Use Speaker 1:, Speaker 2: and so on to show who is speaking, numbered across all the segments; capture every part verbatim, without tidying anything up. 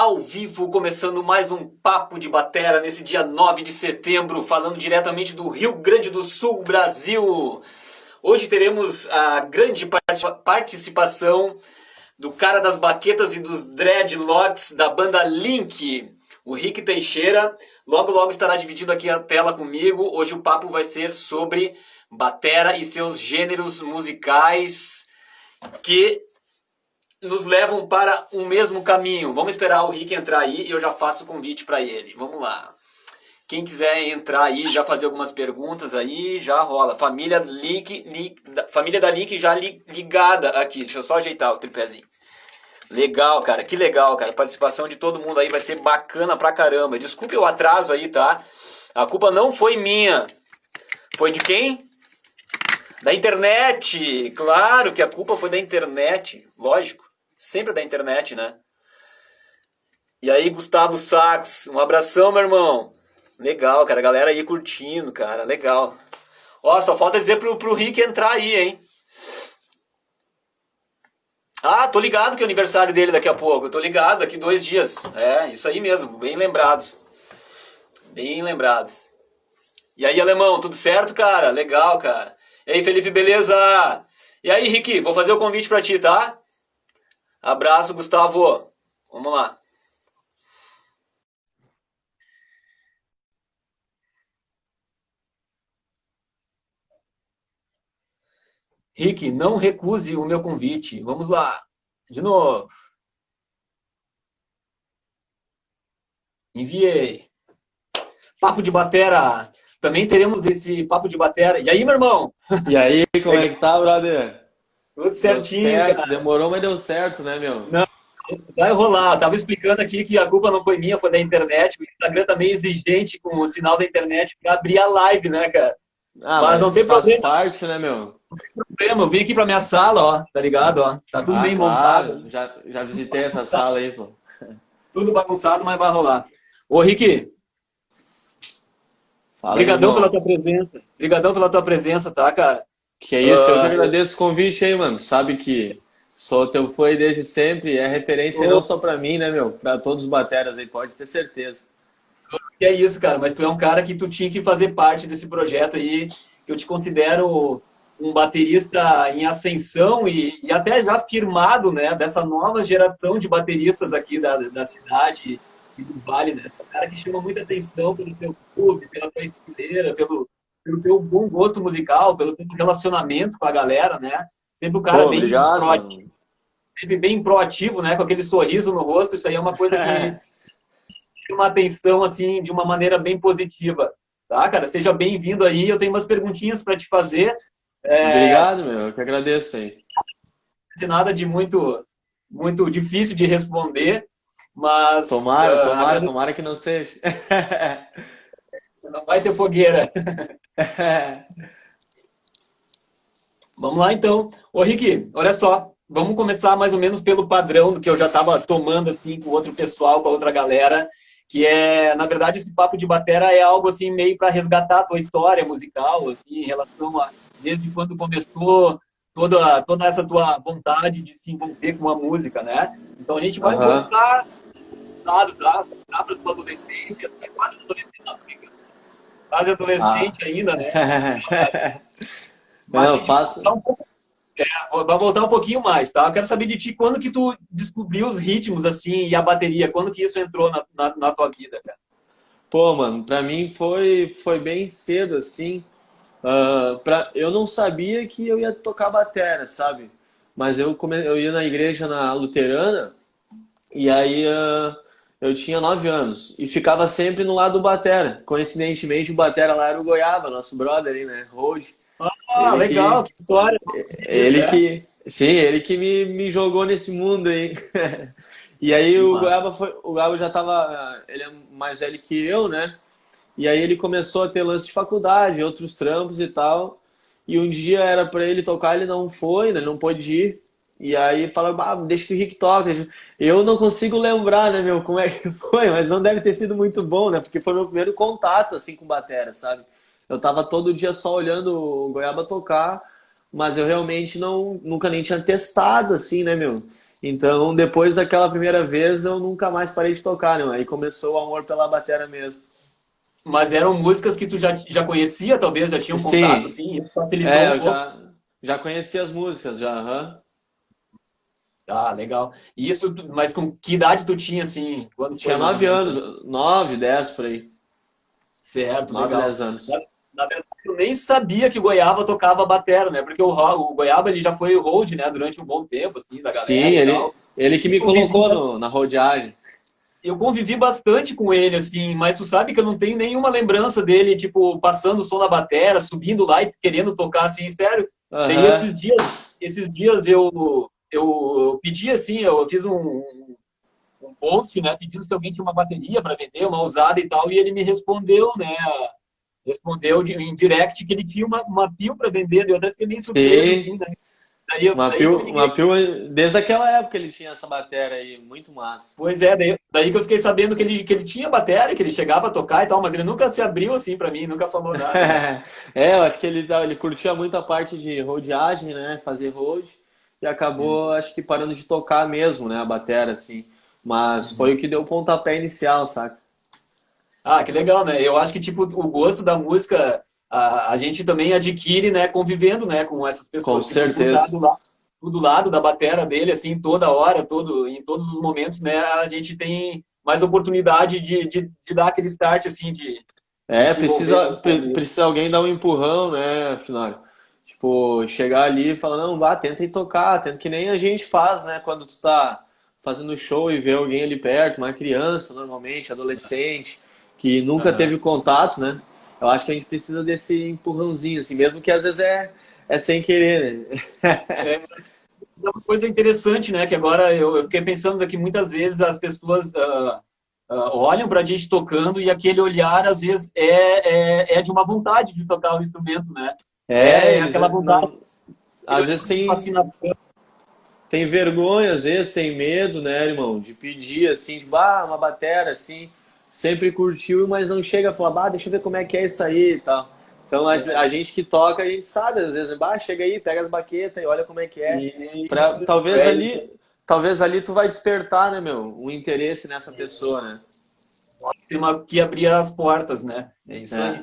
Speaker 1: ao vivo, começando mais um Papo de Batera nesse dia nove de setembro, falando diretamente do Rio Grande do Sul, Brasil. Hoje teremos a grande participação do cara das baquetas e dos dreadlocks da banda Link, o Rick Teixeira. Logo, logo estará dividindo aqui a tela comigo. Hoje o papo vai ser sobre batera e seus gêneros musicais que nos levam para o mesmo caminho. Vamos esperar o Rick entrar aí e eu já faço o convite para ele. Vamos lá. Quem quiser entrar aí, já fazer algumas perguntas aí, já rola. Família Link, Link família da Link já li, ligada aqui. Deixa eu só ajeitar o tripézinho. Legal, cara. Que legal, cara. A participação de todo mundo aí vai ser bacana pra caramba. Desculpe o atraso aí, tá? A culpa não foi minha. Foi de quem? Da internet. Claro que a culpa foi da internet. Lógico. Sempre da internet, né? E aí, Gustavo Sax, um abração, meu irmão. Legal, cara. A galera aí curtindo, cara. Legal. Ó, só falta dizer pro, pro Rick entrar aí, hein? Ah, tô ligado que é o aniversário dele daqui a pouco. Eu tô ligado, daqui dois dias. É, isso aí mesmo. Bem lembrado. Bem lembrados. E aí, alemão, tudo certo, cara? Legal, cara. E aí, Felipe, beleza? E aí, Rick, vou fazer o convite pra ti, tá? Abraço, Gustavo. Vamos lá. Rick, não recuse o meu convite. Vamos lá. De novo. Enviei. Papo de batera. Também teremos esse papo de batera. E aí, meu irmão?
Speaker 2: E aí, como é que tá, brother?
Speaker 1: Tudo
Speaker 2: Deu
Speaker 1: certinho,
Speaker 2: certo,
Speaker 1: cara.
Speaker 2: demorou, mas deu certo, né, meu?
Speaker 1: Não, vai rolar. Tava explicando aqui que a culpa não foi minha, foi da internet. O Instagram tá meio exigente com o sinal da internet para abrir a live, né, cara?
Speaker 2: Ah,
Speaker 1: Mas não
Speaker 2: mas
Speaker 1: tem
Speaker 2: faz
Speaker 1: problema,
Speaker 2: parte, né, meu?
Speaker 1: problema. Eu vim aqui pra minha sala, ó, tá ligado, ó? Tá tudo
Speaker 2: Ah,
Speaker 1: bem montado,
Speaker 2: claro, já, já visitei essa sala aí, pô.
Speaker 1: tudo bagunçado, mas vai rolar. Ô, Rick,
Speaker 2: Fala aí,
Speaker 1: brigadão pela
Speaker 2: irmão.
Speaker 1: tua presença. Brigadão pela tua presença, tá, cara?
Speaker 2: Que é isso, eu que
Speaker 1: Ah,
Speaker 2: agradeço o convite aí, mano. Sabe que sou teu fã aí desde sempre, é referência
Speaker 1: ô,
Speaker 2: não só pra mim, né, meu? Pra todos os bateras aí, pode ter certeza.
Speaker 1: que é isso, cara, mas tu é um cara que tu tinha que fazer parte desse projeto aí. Eu te considero um baterista em ascensão e, e até já firmado, né, dessa nova geração de bateristas aqui da, da cidade e do Vale, né? Um cara que chama muita atenção pelo teu clube, pela tua estileira, pelo, pelo teu bom gosto musical, pelo teu relacionamento com a galera, né? Sempre um cara
Speaker 2: Pô,
Speaker 1: bem
Speaker 2: obrigado,
Speaker 1: proativo,
Speaker 2: mano.
Speaker 1: sempre bem proativo, né? Com aquele sorriso no rosto. Isso aí é uma coisa que uma atenção assim de uma maneira bem positiva, tá, cara? Seja bem-vindo aí. Eu tenho umas perguntinhas para te fazer,
Speaker 2: Obrigado, meu, eu que agradeço aí.
Speaker 1: não é nada de muito muito difícil de responder, mas
Speaker 2: Tomara,
Speaker 1: uh,
Speaker 2: tomara,
Speaker 1: agradeço,
Speaker 2: tomara que não seja.
Speaker 1: não vai ter fogueira. Vamos lá então. Ô Rick, olha só, vamos começar mais ou menos pelo padrão do que eu já estava tomando assim com outro pessoal, com a outra galera, que é, na verdade, esse papo de batera é algo assim meio para resgatar a tua história musical, assim, em relação a desde quando começou toda toda essa tua vontade de se envolver com a música, né? Então a gente vai
Speaker 2: Aham.
Speaker 1: voltar, tá, tá, tá para tua adolescência, tu é quase um adolescente, não, tô brincando, quase
Speaker 2: Ah.
Speaker 1: adolescente ainda, né? Mas a
Speaker 2: Não,
Speaker 1: gente vai
Speaker 2: faço.
Speaker 1: voltar um pouco. Vai voltar um pouquinho mais, tá? Eu quero saber de ti, quando que tu descobriu os ritmos, assim, e a bateria? Quando que isso entrou na, na, na tua vida, cara?
Speaker 2: Pô, mano, pra mim foi, foi bem cedo, assim. Ah, pra, eu não sabia que eu ia tocar batera, sabe? Mas eu, come, eu ia na igreja na luterana e aí ah, eu tinha nove anos e ficava sempre no lado do batera. Coincidentemente, o batera lá era o Goiaba, nosso brother aí, né? Road.
Speaker 1: Ah,
Speaker 2: Ele
Speaker 1: legal,
Speaker 2: que,
Speaker 1: que história, não sabia disso,
Speaker 2: ele
Speaker 1: é?
Speaker 2: que, sim, ele que me, me jogou nesse mundo aí. E aí
Speaker 1: Que
Speaker 2: o
Speaker 1: massa.
Speaker 2: Goiaba foi, o Goiaba já tava, ele é mais velho que eu, né? E aí ele começou a ter lance de faculdade, outros trampos e tal. E um dia era pra ele tocar, ele não foi, né? Não pôde ir. E aí fala, ah, deixa que o Rick toca. Eu não consigo lembrar, né, meu, como é que foi, mas não deve ter sido muito bom, né? Porque foi meu primeiro contato, assim, com batera, sabe? Eu tava todo dia só olhando o Goiaba tocar, mas eu realmente não, nunca nem tinha testado, assim, né, meu? Então, depois daquela primeira vez, eu nunca mais parei de tocar, né? Aí começou o amor pela bateria mesmo.
Speaker 1: Mas eram músicas que tu já, já conhecia, talvez, já tinha um contato,
Speaker 2: Sim,
Speaker 1: assim, isso facilitou
Speaker 2: é,
Speaker 1: um
Speaker 2: eu
Speaker 1: pouco.
Speaker 2: já, já conheci as músicas, já, aham.
Speaker 1: Ah, legal. E isso, tu- mas com que idade tu tinha, assim? Quando foi
Speaker 2: Tinha
Speaker 1: mais ou
Speaker 2: nove
Speaker 1: menos? Aí?
Speaker 2: anos, nove, dez por aí.
Speaker 1: Certo,
Speaker 2: Nove,
Speaker 1: legal.
Speaker 2: dez anos.
Speaker 1: Na, na verdade, eu nem sabia que o Goiaba tocava batera, né? Porque o, Ro- o Goiaba ele já foi o hold, né? Durante um bom tempo, assim, da galera
Speaker 2: Sim,
Speaker 1: e
Speaker 2: ele,
Speaker 1: tal.
Speaker 2: ele que
Speaker 1: E
Speaker 2: me
Speaker 1: convivi,
Speaker 2: colocou
Speaker 1: ba-
Speaker 2: no- na rodeagem.
Speaker 1: eu convivi bastante com ele, assim, mas tu sabe que eu não tenho nenhuma lembrança dele, tipo, passando o som na batera, subindo lá e querendo tocar, assim, sério. Daí
Speaker 2: Aham.
Speaker 1: esses dias, esses dias eu, eu pedi, assim, eu fiz um, um um post, né, pedindo se alguém tinha uma bateria para vender, uma usada e tal, e ele me respondeu, né, respondeu de, em direct que ele tinha uma, uma pio para vender, eu até fiquei meio surpreso,
Speaker 2: Sim,
Speaker 1: assim, né, daí, eu-
Speaker 2: uma
Speaker 1: daí que eu
Speaker 2: Pio,
Speaker 1: me liguei,
Speaker 2: uma Pio, desde aquela época ele tinha essa bateria aí, muito massa.
Speaker 1: pois é, daí, daí que eu fiquei sabendo que ele, que ele tinha bateria, que ele chegava a tocar e tal, mas ele nunca se abriu, assim, para mim, nunca falou nada, né.
Speaker 2: É, eu acho que ele, ele curtia muito a parte de rodeagem, né? Fazer road e acabou, acho que parando de tocar mesmo, né? A bateria, assim. Mas foi
Speaker 1: Uhum.
Speaker 2: o que deu o pontapé inicial, saca?
Speaker 1: Ah, que legal, né? Eu acho que, tipo, o gosto da música, a, a gente também adquire, né, convivendo, né, com essas
Speaker 2: Com
Speaker 1: pessoas. Tipo, tu tá
Speaker 2: certeza.
Speaker 1: do lado, tu do lado da batera dele, assim, toda hora, todo, em todos os momentos, né, a gente tem mais oportunidade de, de, de dar aquele start, assim, de, de
Speaker 2: É,
Speaker 1: se envolver
Speaker 2: precisa,
Speaker 1: mais com a
Speaker 2: pre-
Speaker 1: música.
Speaker 2: precisa alguém dar um empurrão, né, afinal. Tipo, chegar ali e falar, não, vá, tenta ir tocar, tenta que nem a gente faz, né, quando tu tá fazendo show e vê alguém ali perto, uma criança, normalmente, adolescente, que nunca
Speaker 1: Aham.
Speaker 2: teve contato, né? Eu acho que a gente precisa desse empurrãozinho, assim, mesmo que às vezes é, é sem querer, né?
Speaker 1: É uma coisa interessante, né, que agora eu, eu fiquei pensando daqui muitas vezes as pessoas ah, ah, olham pra gente tocando e aquele olhar, às vezes, é, é, é de uma vontade de tocar o instrumento, né?
Speaker 2: É,
Speaker 1: É
Speaker 2: eles
Speaker 1: aquela
Speaker 2: eh,
Speaker 1: vontade,
Speaker 2: não,
Speaker 1: aquele
Speaker 2: às
Speaker 1: olhar
Speaker 2: vezes
Speaker 1: de
Speaker 2: tem
Speaker 1: fascinação.
Speaker 2: Tem vergonha, às vezes, tem medo, né, irmão? De pedir, assim, tipo, ah, uma batera, assim, sempre curtiu, mas não chega a falar, bah, deixa eu ver como é que é isso aí e tal. Então, a,
Speaker 1: É,
Speaker 2: a gente que toca, a gente sabe, às vezes, bah, chega aí, pega as baquetas e olha como é que é.
Speaker 1: e
Speaker 2: Pra, talvez
Speaker 1: é isso.
Speaker 2: ali, talvez ali tu vai despertar, né, meu, um interesse nessa pessoa, né?
Speaker 1: Tem uma, que abrir as portas, né? É isso
Speaker 2: É.
Speaker 1: aí.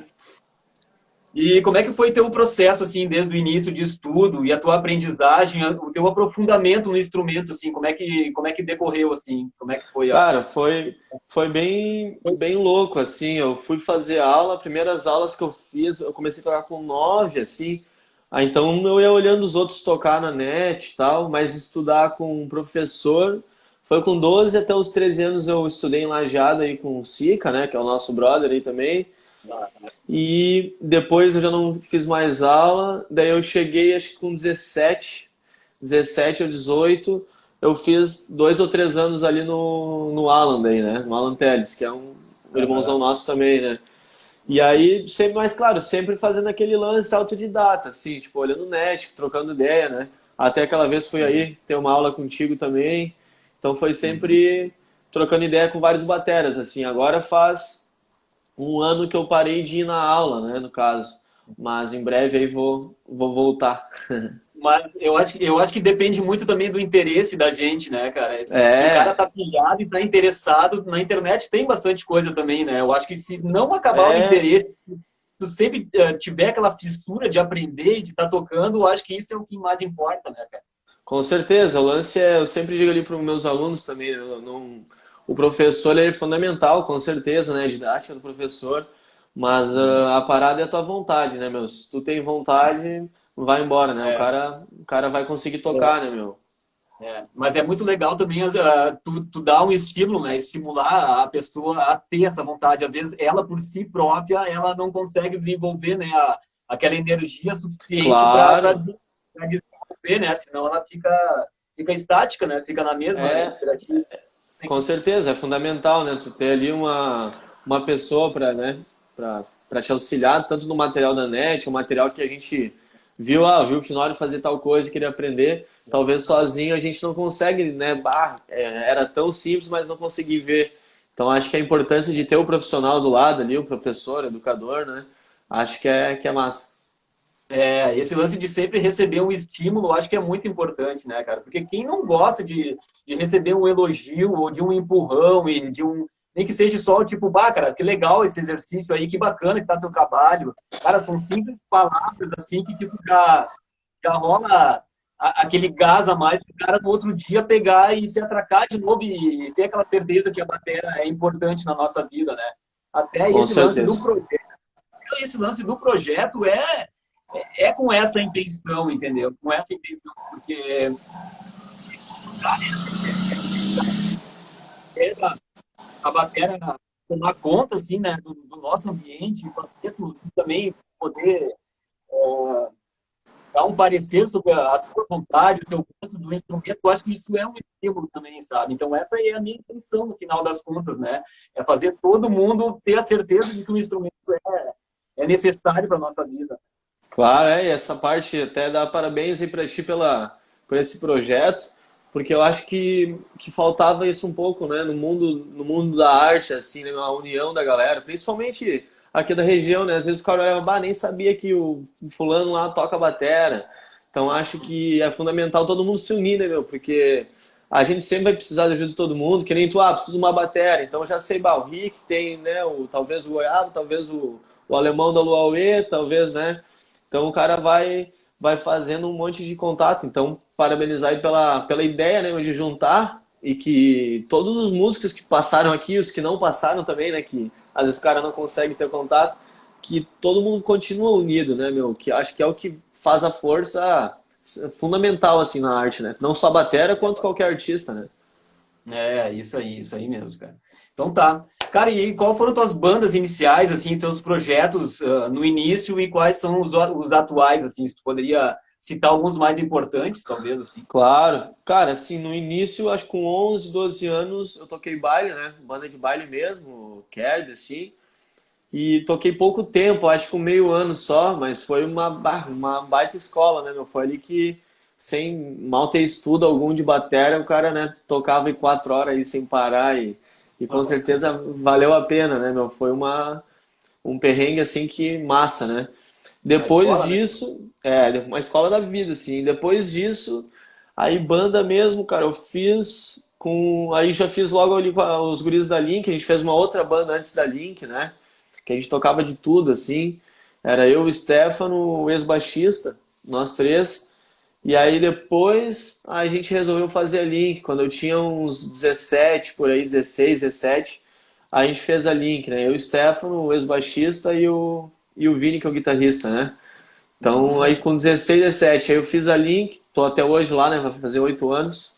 Speaker 1: E como é que foi teu processo, assim, desde o início de estudo e a tua aprendizagem, o teu aprofundamento no instrumento, assim, como é que, como é que decorreu, assim? Como é que foi a...
Speaker 2: Cara, foi, foi bem, bem louco, assim. Eu fui fazer aula, primeiras aulas que eu fiz, eu comecei a tocar com nove, assim. Ah, então eu ia olhando os outros tocar na net e tal, mas estudar com um professor foi com doze até os treze anos eu estudei em Lajeado aí com o Sica, né, que é o nosso brother aí também. E depois eu já não fiz mais aula, daí eu cheguei acho que com dezessete dezessete ou dezoito, eu fiz dois ou três anos ali no, no Alan daí, né? No Alan Telles, que é um, um irmãozão
Speaker 1: Aham.
Speaker 2: nosso também, né? E aí, sempre, mais claro, sempre fazendo aquele lance autodidata, assim, tipo, olhando o net, trocando ideia, né? Até aquela vez fui aí ter uma aula contigo também. Então foi
Speaker 1: Uhum.
Speaker 2: sempre trocando ideia com vários bateras, assim. Agora faz um ano que eu parei de ir na aula, né, no caso. Mas em breve aí vou, vou voltar.
Speaker 1: Mas eu acho, que- eu acho que depende muito também do interesse da gente, né, cara? Se, se o cara
Speaker 2: É,
Speaker 1: tá pilhado e tá interessado, na internet tem bastante coisa também, né? Eu acho que se não acabar o
Speaker 2: é,
Speaker 1: interesse, se tu sempre eh, tiver aquela fissura de aprender, de estar tá tocando, eu acho que isso é o que mais importa, né, cara?
Speaker 2: com certeza. O lance é, eu sempre digo ali para os meus alunos também, eu não, o professor ele é fundamental, com certeza, né? A didática do professor, mas
Speaker 1: Uhum.
Speaker 2: ah, a parada é a tua vontade, né, meu? Se tu tem vontade, vai embora, né? O
Speaker 1: É.
Speaker 2: cara, o cara vai conseguir tocar, né, meu?
Speaker 1: É, mas é muito legal também uh, tu, tu dar um estímulo, né? Estimular a pessoa a ter essa vontade. Às vezes ela por si própria ela não consegue desenvolver, né, a, aquela energia suficiente para
Speaker 2: Claro,
Speaker 1: desenvolver, né? Senão ela fica fica estática, né? Fica na mesma, né?
Speaker 2: é,
Speaker 1: Imperativo. Tem
Speaker 2: com
Speaker 1: que-
Speaker 2: certeza, é fundamental, né? Tu ter ali uma, uma pessoa para, né, para para te auxiliar, tanto no material da net, o material que a gente viu, ah, viu que na hora de fazer tal coisa, queria aprender, talvez sozinho a gente não consegue, né? Bah, é, era tão simples, mas não consegui ver. Então acho que a importância de ter o profissional do lado ali, o professor, o educador, né? Acho que é, que é massa.
Speaker 1: É, esse lance de sempre receber um estímulo, eu acho que é muito importante, né, cara? Porque quem não gosta de, de receber um elogio ou de um empurrão e de um. Nem que seja só tipo, bah, cara, que legal esse exercício aí, que bacana que tá teu trabalho. Cara, são simples palavras assim que tipo já, já rola a- aquele gás a mais para o cara no outro dia pegar e se atracar de novo e ter aquela certeza que a bateria é importante na nossa vida, né? Até
Speaker 2: Com
Speaker 1: esse lance do
Speaker 2: certeza.
Speaker 1: projeto, esse lance do projeto é é com essa intenção, entendeu? Com essa intenção, porque a bateria tomar conta, assim, né, do, do nosso ambiente, fazer tudo, também poder é, dar um parecer sobre a, a tua vontade, o teu gosto do instrumento, eu acho que isso é um estímulo também, sabe? Então essa é a minha intenção, no final das contas, né? É fazer todo mundo ter a certeza de que o instrumento é, é necessário para a nossa vida.
Speaker 2: Claro, é, e essa parte até dá parabéns aí pra ti pela, por esse projeto, porque eu acho que, que faltava isso um pouco, né, no mundo, no mundo da arte, assim, né, a união da galera, principalmente aqui da região, né, às vezes o cara olhava, bah, nem sabia que o fulano lá toca batera, então acho que é fundamental todo mundo se unir, né, meu, porque a gente sempre vai precisar da ajuda de todo mundo, que nem tu, ah, preciso de uma batera, então eu já sei, bah, o Rick tem, né, o, talvez o Goiabo, talvez o, o alemão da Luauê, talvez, né, então o cara vai vai fazendo um monte de contato. Então, parabenizar aí pela, pela ideia, né, de juntar e que todos os músicos que passaram aqui, os que não passaram também, né, que às vezes o cara não consegue ter contato, que todo mundo continua unido, né, meu, que acho que é o que faz a força fundamental assim na arte, né? Não só a batera quanto qualquer artista, né?
Speaker 1: É, isso aí, isso aí mesmo, cara. Então tá. Cara, e aí, qual foram tuas bandas iniciais, assim, teus projetos ah, no início e quais são os, os atuais, assim? Se tu poderia citar alguns mais importantes, talvez, assim.
Speaker 2: Claro, cara, assim, no início, acho que com onze, doze anos, eu toquei baile, né? Banda de baile mesmo, Kerb, assim. E toquei pouco tempo, acho que um meio ano só, mas foi uma, ba- uma baita escola, né, meu? Foi ali que, sem mal ter estudo algum de bateria, o cara, né, tocava em quatro horas aí sem parar e, e com certeza valeu a pena, né, meu? Foi uma, um perrengue, assim, que massa, né?
Speaker 1: Uma
Speaker 2: Depois
Speaker 1: escola, né?
Speaker 2: disso, é, uma escola da vida, assim. Depois disso, aí banda mesmo, cara, eu fiz com. Aí já fiz logo ali com a- os guris da Link, a gente fez uma outra banda antes da Link, né? Que a gente tocava de tudo, assim. Era eu, o Stefano, o ex-baixista, nós três. E aí depois a gente resolveu fazer a Link, quando eu tinha uns dezessete, por aí, dezesseis, dezessete. A gente fez a Link, né? Eu, o Stefano, o ex-baixista e o, e o Vini, que é o guitarrista, né? Então, aí
Speaker 1: Uhum.
Speaker 2: com dezesseis, dezessete, aí eu fiz a Link, tô até hoje lá, né? Vai fazer oito anos.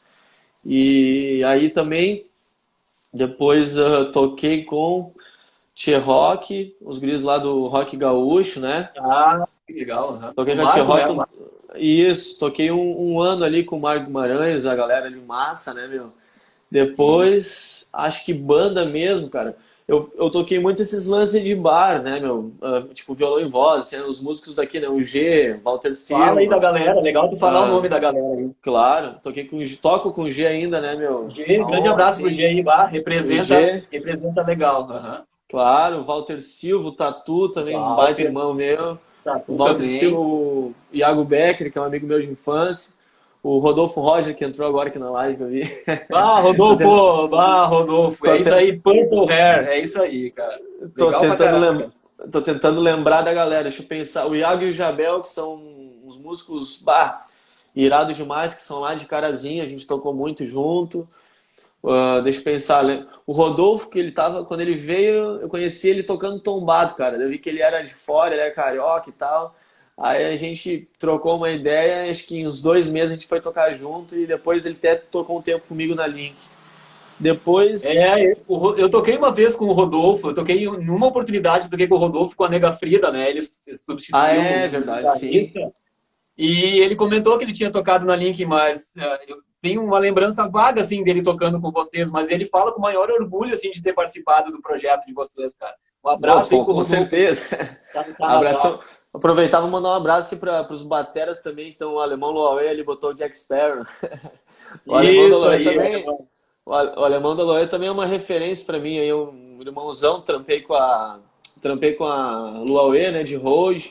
Speaker 2: E aí também, depois ah, toquei com T-Rock, os guris lá do Rock Gaúcho, né?
Speaker 1: Ah, que legal. Uhum.
Speaker 2: Toquei
Speaker 1: O
Speaker 2: com a
Speaker 1: Marco, né? O
Speaker 2: T-Rock,
Speaker 1: Marco.
Speaker 2: isso, toquei um, um ano ali com o Marco Guimarães, a galera de massa, né, meu?
Speaker 1: Isso.
Speaker 2: Depois, acho que banda mesmo, cara. Eu, eu toquei muito esses lances de bar, né, meu? Ah, tipo, violão e voz, assim, os músicos daqui, né? O G, Walter
Speaker 1: Fala aí da
Speaker 2: Silva,
Speaker 1: galera. Legal tu falar o
Speaker 2: ah,
Speaker 1: nome da galera aí.
Speaker 2: claro. Toquei com, toco com o G ainda, né, meu?
Speaker 1: G, grande
Speaker 2: Então,
Speaker 1: abraço pro G
Speaker 2: assim,
Speaker 1: aí, bah,
Speaker 2: o
Speaker 1: representa,
Speaker 2: G,
Speaker 1: representa legal. Uhum.
Speaker 2: claro. O Walter Silva, o Tatu, também um baita
Speaker 1: Walter,
Speaker 2: irmão meu. O
Speaker 1: Tatu
Speaker 2: Walter Silva,
Speaker 1: também.
Speaker 2: o Iago Becker, que é um amigo meu de infância. O Rodolfo Roger, que entrou agora aqui na live que eu vi.
Speaker 1: Ah,
Speaker 2: Tô, tent-
Speaker 1: Rodolfo, ah, Rodolfo,
Speaker 2: tô
Speaker 1: é isso
Speaker 2: te-
Speaker 1: aí, Purple Hair, é isso aí, cara.
Speaker 2: Tô
Speaker 1: Legal pra
Speaker 2: tentando,
Speaker 1: caraca.
Speaker 2: lem... Tô tentando lembrar da galera. Deixa eu pensar. O Iago e o Jabel, que são uns músicos, bah, irados demais, que são lá de Carazinho. A gente tocou muito junto. Ah, deixa eu pensar. lem- O Rodolfo, que ele tava, quando ele veio, eu conheci ele tocando tombado, cara. Eu vi que ele era de fora, ele é carioca e tal. Aí a gente trocou uma ideia. Acho que em uns dois meses a gente foi tocar junto. E depois ele até tocou um tempo comigo na Link. Depois.
Speaker 1: É, eu, o Ro- eu toquei uma vez com o Rodolfo, eu toquei em uma oportunidade, eu toquei com o Rodolfo com a Nega Frida, né? Ele
Speaker 2: Ah,
Speaker 1: substituiu
Speaker 2: é
Speaker 1: o
Speaker 2: verdade, sim.
Speaker 1: guitarrista. E ele comentou que ele tinha tocado na Link, mas eh, eu tenho uma lembrança vaga, assim, dele tocando com vocês, mas ele fala com o maior orgulho, assim, de ter participado do projeto de vocês, cara. Um
Speaker 2: Não,
Speaker 1: abraço aí
Speaker 2: com,
Speaker 1: pro
Speaker 2: com
Speaker 1: Rodolfo,
Speaker 2: certeza.
Speaker 1: tá no Canadá.
Speaker 2: Abração. Aproveitava e mandar um abraço para os bateras também. Então, o alemão Loauê, ele botou o Jack Sparrow. O alemão da
Speaker 1: Isso
Speaker 2: Loauê
Speaker 1: aí,
Speaker 2: também.
Speaker 1: alemão.
Speaker 2: O ale- o alemão da Loauê também é uma referência para mim. Aí, um irmãozão, trampei com a, trampei com a Luauê, né, de Rhodes.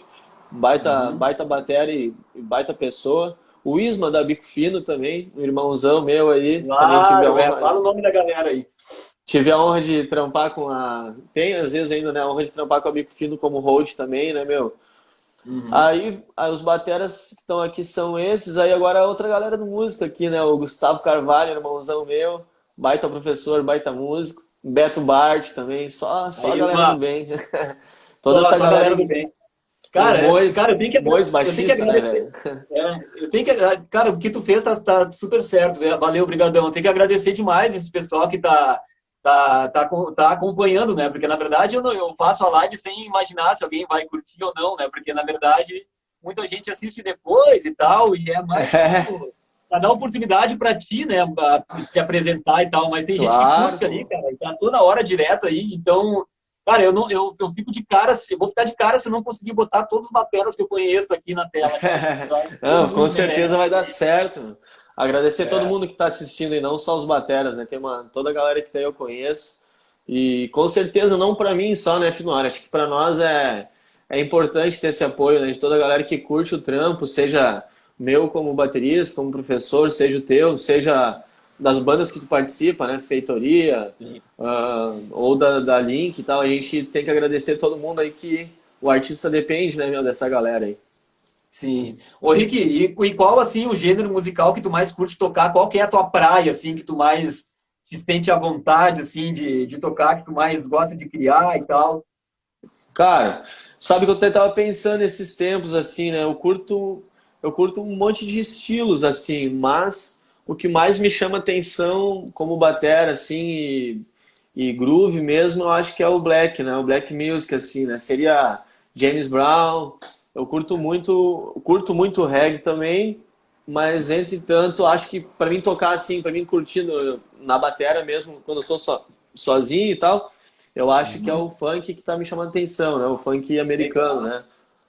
Speaker 2: baita,
Speaker 1: Uhum.
Speaker 2: baita batera e, e baita pessoa. O Isma da Bico Fino também, um irmãozão meu aí, também tive a
Speaker 1: Claro, é.
Speaker 2: honra,
Speaker 1: Fala o nome da galera aí.
Speaker 2: tive a honra de trampar com a. Tem às vezes ainda, né? A honra de trampar com a Bico Fino como host também, né, meu?
Speaker 1: Uhum.
Speaker 2: Aí, aí os bateras que estão aqui são esses, aí agora a outra galera do músico aqui, né? O Gustavo Carvalho, irmãozão meu, baita professor, baita músico. Beto Bart também, só, só a
Speaker 1: Aí,
Speaker 2: galera do
Speaker 1: uma,
Speaker 2: bem. Toda
Speaker 1: só,
Speaker 2: essa
Speaker 1: só a
Speaker 2: galera
Speaker 1: galera do
Speaker 2: aí.
Speaker 1: bem.
Speaker 2: O
Speaker 1: Cara, é-
Speaker 2: Mois,
Speaker 1: cara, eu tenho que, agra-
Speaker 2: Mois
Speaker 1: eu tenho que
Speaker 2: baixista, né,
Speaker 1: agradecer.
Speaker 2: velho?
Speaker 1: É, eu tenho que, agra- cara, o que tu fez tá, tá super certo. velho. Valeu, obrigadão. Eu tenho que agradecer demais esse pessoal que tá, tá, tá, com- tá acompanhando, né? Porque na verdade eu, não, eu faço a live sem imaginar se alguém vai curtir ou não, né? Porque na verdade muita gente assiste depois e tal, e é mais
Speaker 2: É,
Speaker 1: tipo para dar oportunidade para ti, né? a- Se apresentar e tal. Mas tem gente que
Speaker 2: claro,
Speaker 1: curte ali,
Speaker 2: pô.
Speaker 1: cara, e tá toda hora direto aí, então. Cara, eu, não, eu, eu fico de cara, se, eu vou ficar de cara se eu não conseguir botar todos os bateras que eu conheço aqui na tela, cara. Eu acho que todo
Speaker 2: Não, com
Speaker 1: mundo
Speaker 2: certeza
Speaker 1: merece.
Speaker 2: vai dar certo, mano. Agradecer todo
Speaker 1: É,
Speaker 2: mundo que está assistindo e não só os bateras, né? Tem uma, toda a galera que tá aí eu conheço. E com certeza não para mim só, né, Finório? Acho que para nós é, é importante ter esse apoio, né? De toda a galera que curte o trampo, seja meu como baterista, como professor, seja o teu, seja das bandas que tu participa, né? Feitoria,
Speaker 1: sim.
Speaker 2: ah, ou da, da Link e tal. A gente tem que agradecer todo mundo aí que o artista depende, né, meu, dessa galera aí.
Speaker 1: Sim. Ô, Rick, e, e qual, assim, o gênero musical que tu mais curte tocar? Qual que é a tua praia, assim, que tu mais te sente à vontade, assim, de, de tocar, que tu mais gosta de criar e tal?
Speaker 2: Cara, sabe que eu até tava pensando nesses tempos assim, né? Eu curto, eu curto um monte de estilos assim, mas o que mais me chama atenção como batera assim e, e groove mesmo, eu acho que é o black, né? O black music assim, né? Seria James Brown. Eu curto muito, curto muito reggae também, mas entretanto, acho que pra mim tocar assim, pra mim curtindo na batera mesmo, quando eu tô so, sozinho e tal, eu acho que é
Speaker 1: Uhum.
Speaker 2: o funk que tá me chamando a atenção, né? O funk americano,
Speaker 1: Legal.
Speaker 2: né?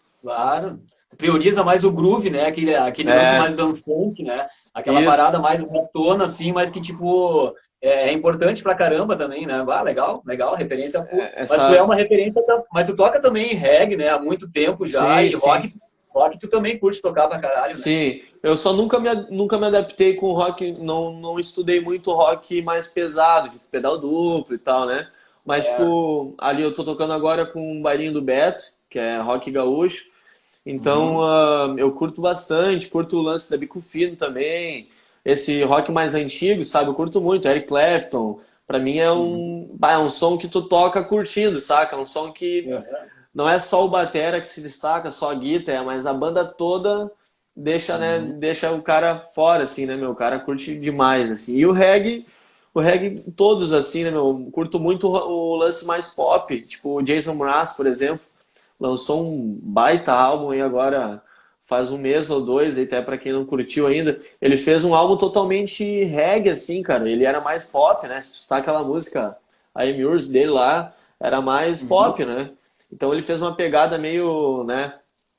Speaker 1: Claro. Prioriza mais o groove, né? Aquele, aquele lance
Speaker 2: É,
Speaker 1: mais dançante, né? Aquela
Speaker 2: isso.
Speaker 1: parada mais ratona, assim, mas que, tipo, é, é importante pra caramba também, né? Ah, legal, legal, referência full.
Speaker 2: É,
Speaker 1: Mas tu é
Speaker 2: essa.
Speaker 1: uma referência, tam- mas tu toca também reggae, né? Há muito tempo já,
Speaker 2: Sim,
Speaker 1: e rock,
Speaker 2: sim.
Speaker 1: rock tu também curte tocar pra caralho, né?
Speaker 2: Sim. Eu só nunca me, nunca me adaptei com rock, não, não estudei muito rock mais pesado, tipo pedal duplo e tal, né? Mas,
Speaker 1: É.
Speaker 2: tipo, ali eu tô tocando agora com um bailinho do Beto, que é rock gaúcho. Então,
Speaker 1: Uhum,
Speaker 2: ah, eu curto bastante, curto o lance da Bico Fino também, esse rock mais antigo, sabe? Eu curto muito, Eric Clapton. Pra mim é
Speaker 1: uhum.
Speaker 2: um, bah, é um som que tu toca curtindo, saca? É um som que
Speaker 1: Aham.
Speaker 2: não é só o batera que se destaca, só a guitarra, mas a banda toda deixa, né,
Speaker 1: Uhum.
Speaker 2: deixa o cara fora, assim, né, meu? O cara curte demais, assim. E o reggae, o reggae todos, assim, né, meu? Curto muito o, o lance mais pop, tipo o Jason Mraz, por exemplo. Lançou um baita álbum aí agora faz um mês ou dois, aí até pra quem não curtiu ainda. Ele fez um álbum totalmente reggae, assim, cara. Ele era mais pop, né? Se tu está aquela música, a I'm Yours dele lá, era mais
Speaker 1: Uhum.
Speaker 2: pop, né? Então ele fez uma pegada meio, né,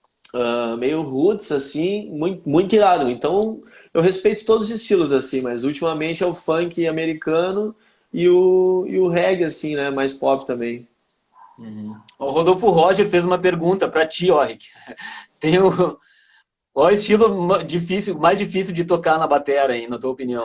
Speaker 2: ah, meio roots, assim, muito, muito irado. Então eu respeito todos os estilos, assim, mas ultimamente é o funk americano e o, e o reggae, assim, né, mais pop também.
Speaker 1: Uhum. O Rodolfo Roger fez uma pergunta pra ti, ó, Rick. Tem o, qual é o estilo ma- difícil, mais difícil de tocar na bateria aí, na tua opinião?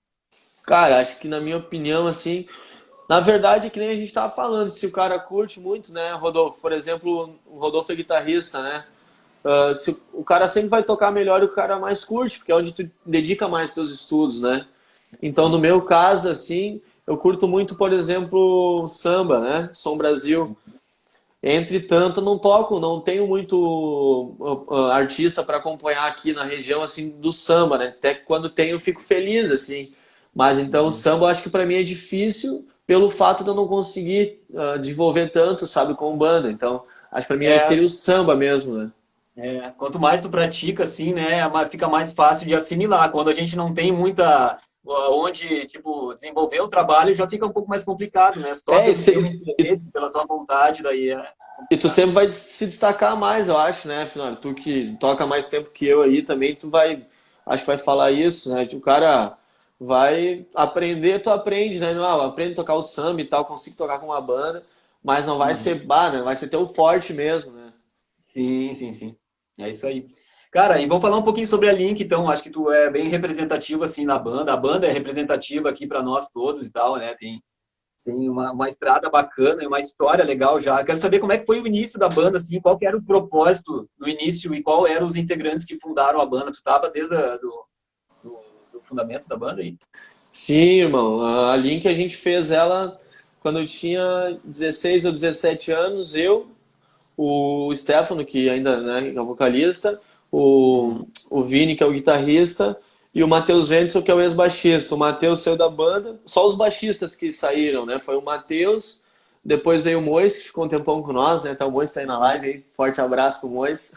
Speaker 2: Cara, acho que na minha opinião, assim, na verdade, é que nem a gente tava falando, se o cara curte muito, né, Rodolfo, por exemplo, o Rodolfo é guitarrista, né? Ah, se o o cara sempre vai tocar melhor o que o cara mais curte, porque é onde tu dedica mais teus estudos, né? Então, no meu caso, assim, eu curto muito, por exemplo, samba, né? Som Brasil. Entretanto, não toco, não tenho muito uh, uh, artista para acompanhar aqui na região assim do samba, né? Até que quando tenho eu fico feliz assim. Mas então o
Speaker 1: Uhum.
Speaker 2: samba eu acho que para mim é difícil pelo fato de eu não conseguir uh, desenvolver tanto, sabe, com banda. Então, acho que para mim aí
Speaker 1: É,
Speaker 2: seria o samba mesmo, né?
Speaker 1: é, quanto mais tu pratica, assim, né, é ma- fica mais fácil de assimilar. Quando a gente não tem muita, onde, tipo, desenvolver o trabalho, já fica um pouco mais complicado, né? Só
Speaker 2: É, e,
Speaker 1: pelo teu
Speaker 2: se- e-
Speaker 1: interesse, pela tua vontade, daí é
Speaker 2: e tu
Speaker 1: complicado.
Speaker 2: sempre vai se destacar mais, eu acho, né, afinal, tu que toca mais tempo que eu aí também, tu vai, acho que vai falar isso, né? Que o cara vai aprender, tu aprende, né? Não, ah, eu aprendo a tocar o samba e tal, consigo tocar com uma banda, mas não vai
Speaker 1: Uhum.
Speaker 2: ser, bah, né? Vai ser teu forte mesmo, né?
Speaker 1: Sim, sim, sim. É isso aí. Cara, e vamos falar um pouquinho sobre a Link, então. Acho que tu é bem representativo, assim, na banda. A banda é representativa aqui para nós todos e tal, né? Tem, tem uma, uma estrada bacana e uma história legal já. Quero saber como é que foi o início da banda, assim, qual que era o propósito no início e qual eram os integrantes que fundaram a banda. Tu tava desde a, do, do, do fundamento da banda aí?
Speaker 2: Sim, irmão. A Link a gente fez ela quando eu tinha dezesseis ou dezessete anos. Eu, o Stefano, que ainda, né, é o vocalista, o,
Speaker 1: Uhum.
Speaker 2: o Vini, que é o guitarrista, e o Matheus Wenzel, que é o ex-baixista. O Matheus saiu da banda, só os baixistas que saíram, né? Foi o Matheus, depois veio o Mois, que ficou um tempão com nós, né? Então o Mois tá aí na live, aí. Forte abraço pro Mois.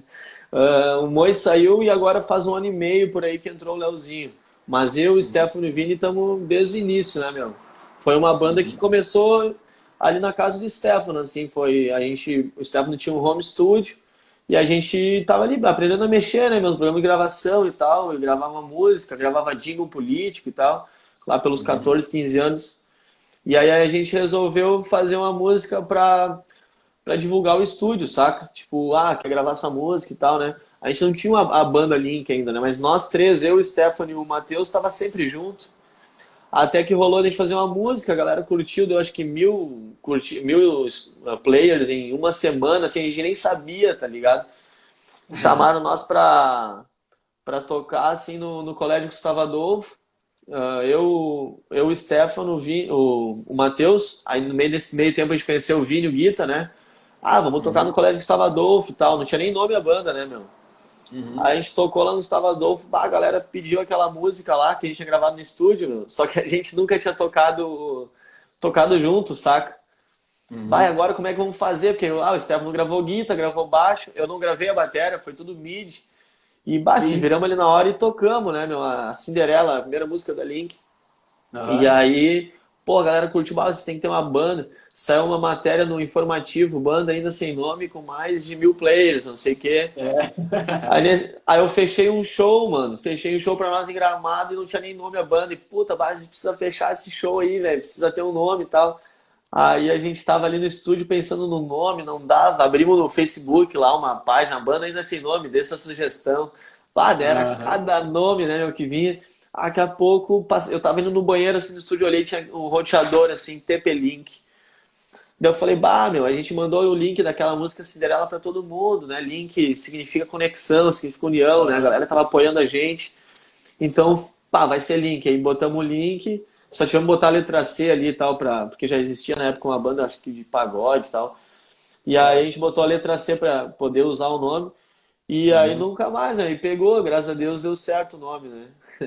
Speaker 2: Ah, o Mois saiu e agora faz um ano e meio por aí que entrou o Leozinho. Mas eu, o
Speaker 1: Uhum.
Speaker 2: Stefano e o Vini estamos desde o início, né, meu? Foi uma banda que
Speaker 1: Uhum.
Speaker 2: começou ali na casa do Stefano, assim, foi, a gente, o Stefano tinha um home studio e a gente tava ali aprendendo a mexer, né, meus programas de gravação e tal, eu gravava música, gravava jingle político e tal, lá pelos
Speaker 1: Uhum.
Speaker 2: catorze, quinze anos. E aí a gente resolveu fazer uma música pra, pra divulgar o estúdio, saca? Tipo, ah, quer gravar essa música e tal, né? A gente não tinha uma, a banda Link ainda, né? Mas nós três, eu, o Stefano e o Matheus, tava sempre junto. Até que rolou a gente fazer uma música, a galera curtiu, deu acho que mil, curti, mil uh, players em uma semana, assim, a gente nem sabia, tá ligado? Chamaram nós pra, pra tocar, assim, no, no Colégio Gustavo Adolfo. Uh, eu, eu, o Stefano, o, Vini, o, o Matheus, aí no meio desse meio tempo a gente conheceu o Vini, o Guita, né? Ah, vamos tocar no
Speaker 1: Uhum.
Speaker 2: Colégio Gustavo Adolfo e tal, não tinha nem nome a banda, né, meu?
Speaker 1: Uhum.
Speaker 2: Aí a gente tocou lá no Gustavo Adolfo, bah, a galera pediu aquela música lá que a gente tinha gravado no estúdio, meu. Só que a gente nunca tinha tocado tocado junto, saca? Vai,
Speaker 1: Uhum.
Speaker 2: agora como é que vamos fazer? Porque ah, o Stefano gravou guitarra, gravou baixo, eu não gravei a bateria, foi tudo mid. E bah, se
Speaker 1: Sim.
Speaker 2: viramos ali na hora e tocamos, né, meu? A Cinderela, a primeira música da Link. E
Speaker 1: Aham.
Speaker 2: aí, pô, a galera curtiu, ah, você tem que ter uma banda. Saiu uma matéria no informativo, banda ainda sem nome, com mais de mil players, não sei o quê.
Speaker 1: É.
Speaker 2: Aí, ne- aí eu fechei um show, mano. Fechei um show pra nós em Gramado e não tinha nem nome a banda. E puta, mas a gente precisa fechar esse show aí, velho. Precisa ter um nome e tal. Aí a gente tava ali no estúdio pensando no nome, não dava. Abrimos no Facebook lá uma página, a banda ainda sem nome, dê essa sugestão. Pá, daí era
Speaker 1: Aham.
Speaker 2: cada nome, né, meu, que vinha. Daqui a pouco, passe- eu tava indo no banheiro assim no estúdio, olhei, tinha um roteador assim, T P-Link. Daí eu falei, bah, meu, a gente mandou o link daquela música Cinderela pra todo mundo, né? Link significa conexão, significa união, né? A
Speaker 1: Aham.
Speaker 2: galera tava apoiando a gente. Então, pá, vai ser link. Aí botamos o link, só tivemos que botar a letra C ali e tal, pra, porque já existia na época uma banda, acho que de pagode e tal. E aí a
Speaker 1: Certo.
Speaker 2: gente botou a letra C pra poder usar o nome. E aí
Speaker 1: Uhum.
Speaker 2: nunca mais, aí pegou, graças a Deus deu certo o nome, né?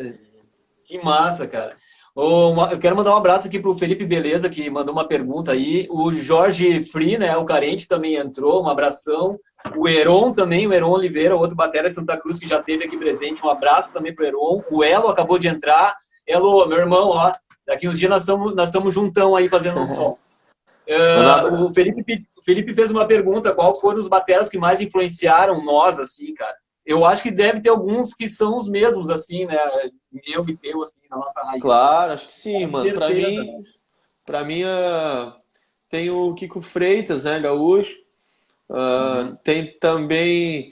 Speaker 1: Que massa, cara. Ô, uma- eu quero mandar um abraço aqui pro Felipe Beleza, que mandou uma pergunta aí. O Jorge Free, né, o Carente também entrou, um abração. O Heron também, o Heron Oliveira, outro batera de Santa Cruz que já esteve aqui presente. Um abraço também pro Heron. O Elo acabou de entrar. Elo, meu irmão, ó, daqui uns dias nós estamos nós estamos juntão aí fazendo um som.
Speaker 2: Manda um
Speaker 1: Ah, o
Speaker 2: abra-
Speaker 1: Felipe, o Felipe fez uma pergunta: qual foram os bateras que mais influenciaram nós, assim, cara? Eu acho que deve ter alguns que são os mesmos, assim, né? Meu e teu, assim, na nossa raiz.
Speaker 2: Claro, acho que sim,
Speaker 1: Com
Speaker 2: mano. Pra
Speaker 1: certeza.
Speaker 2: mim, pra mim ah, tem o Kiko Freitas, né, gaúcho. Ah,
Speaker 1: Uhum,
Speaker 2: tem também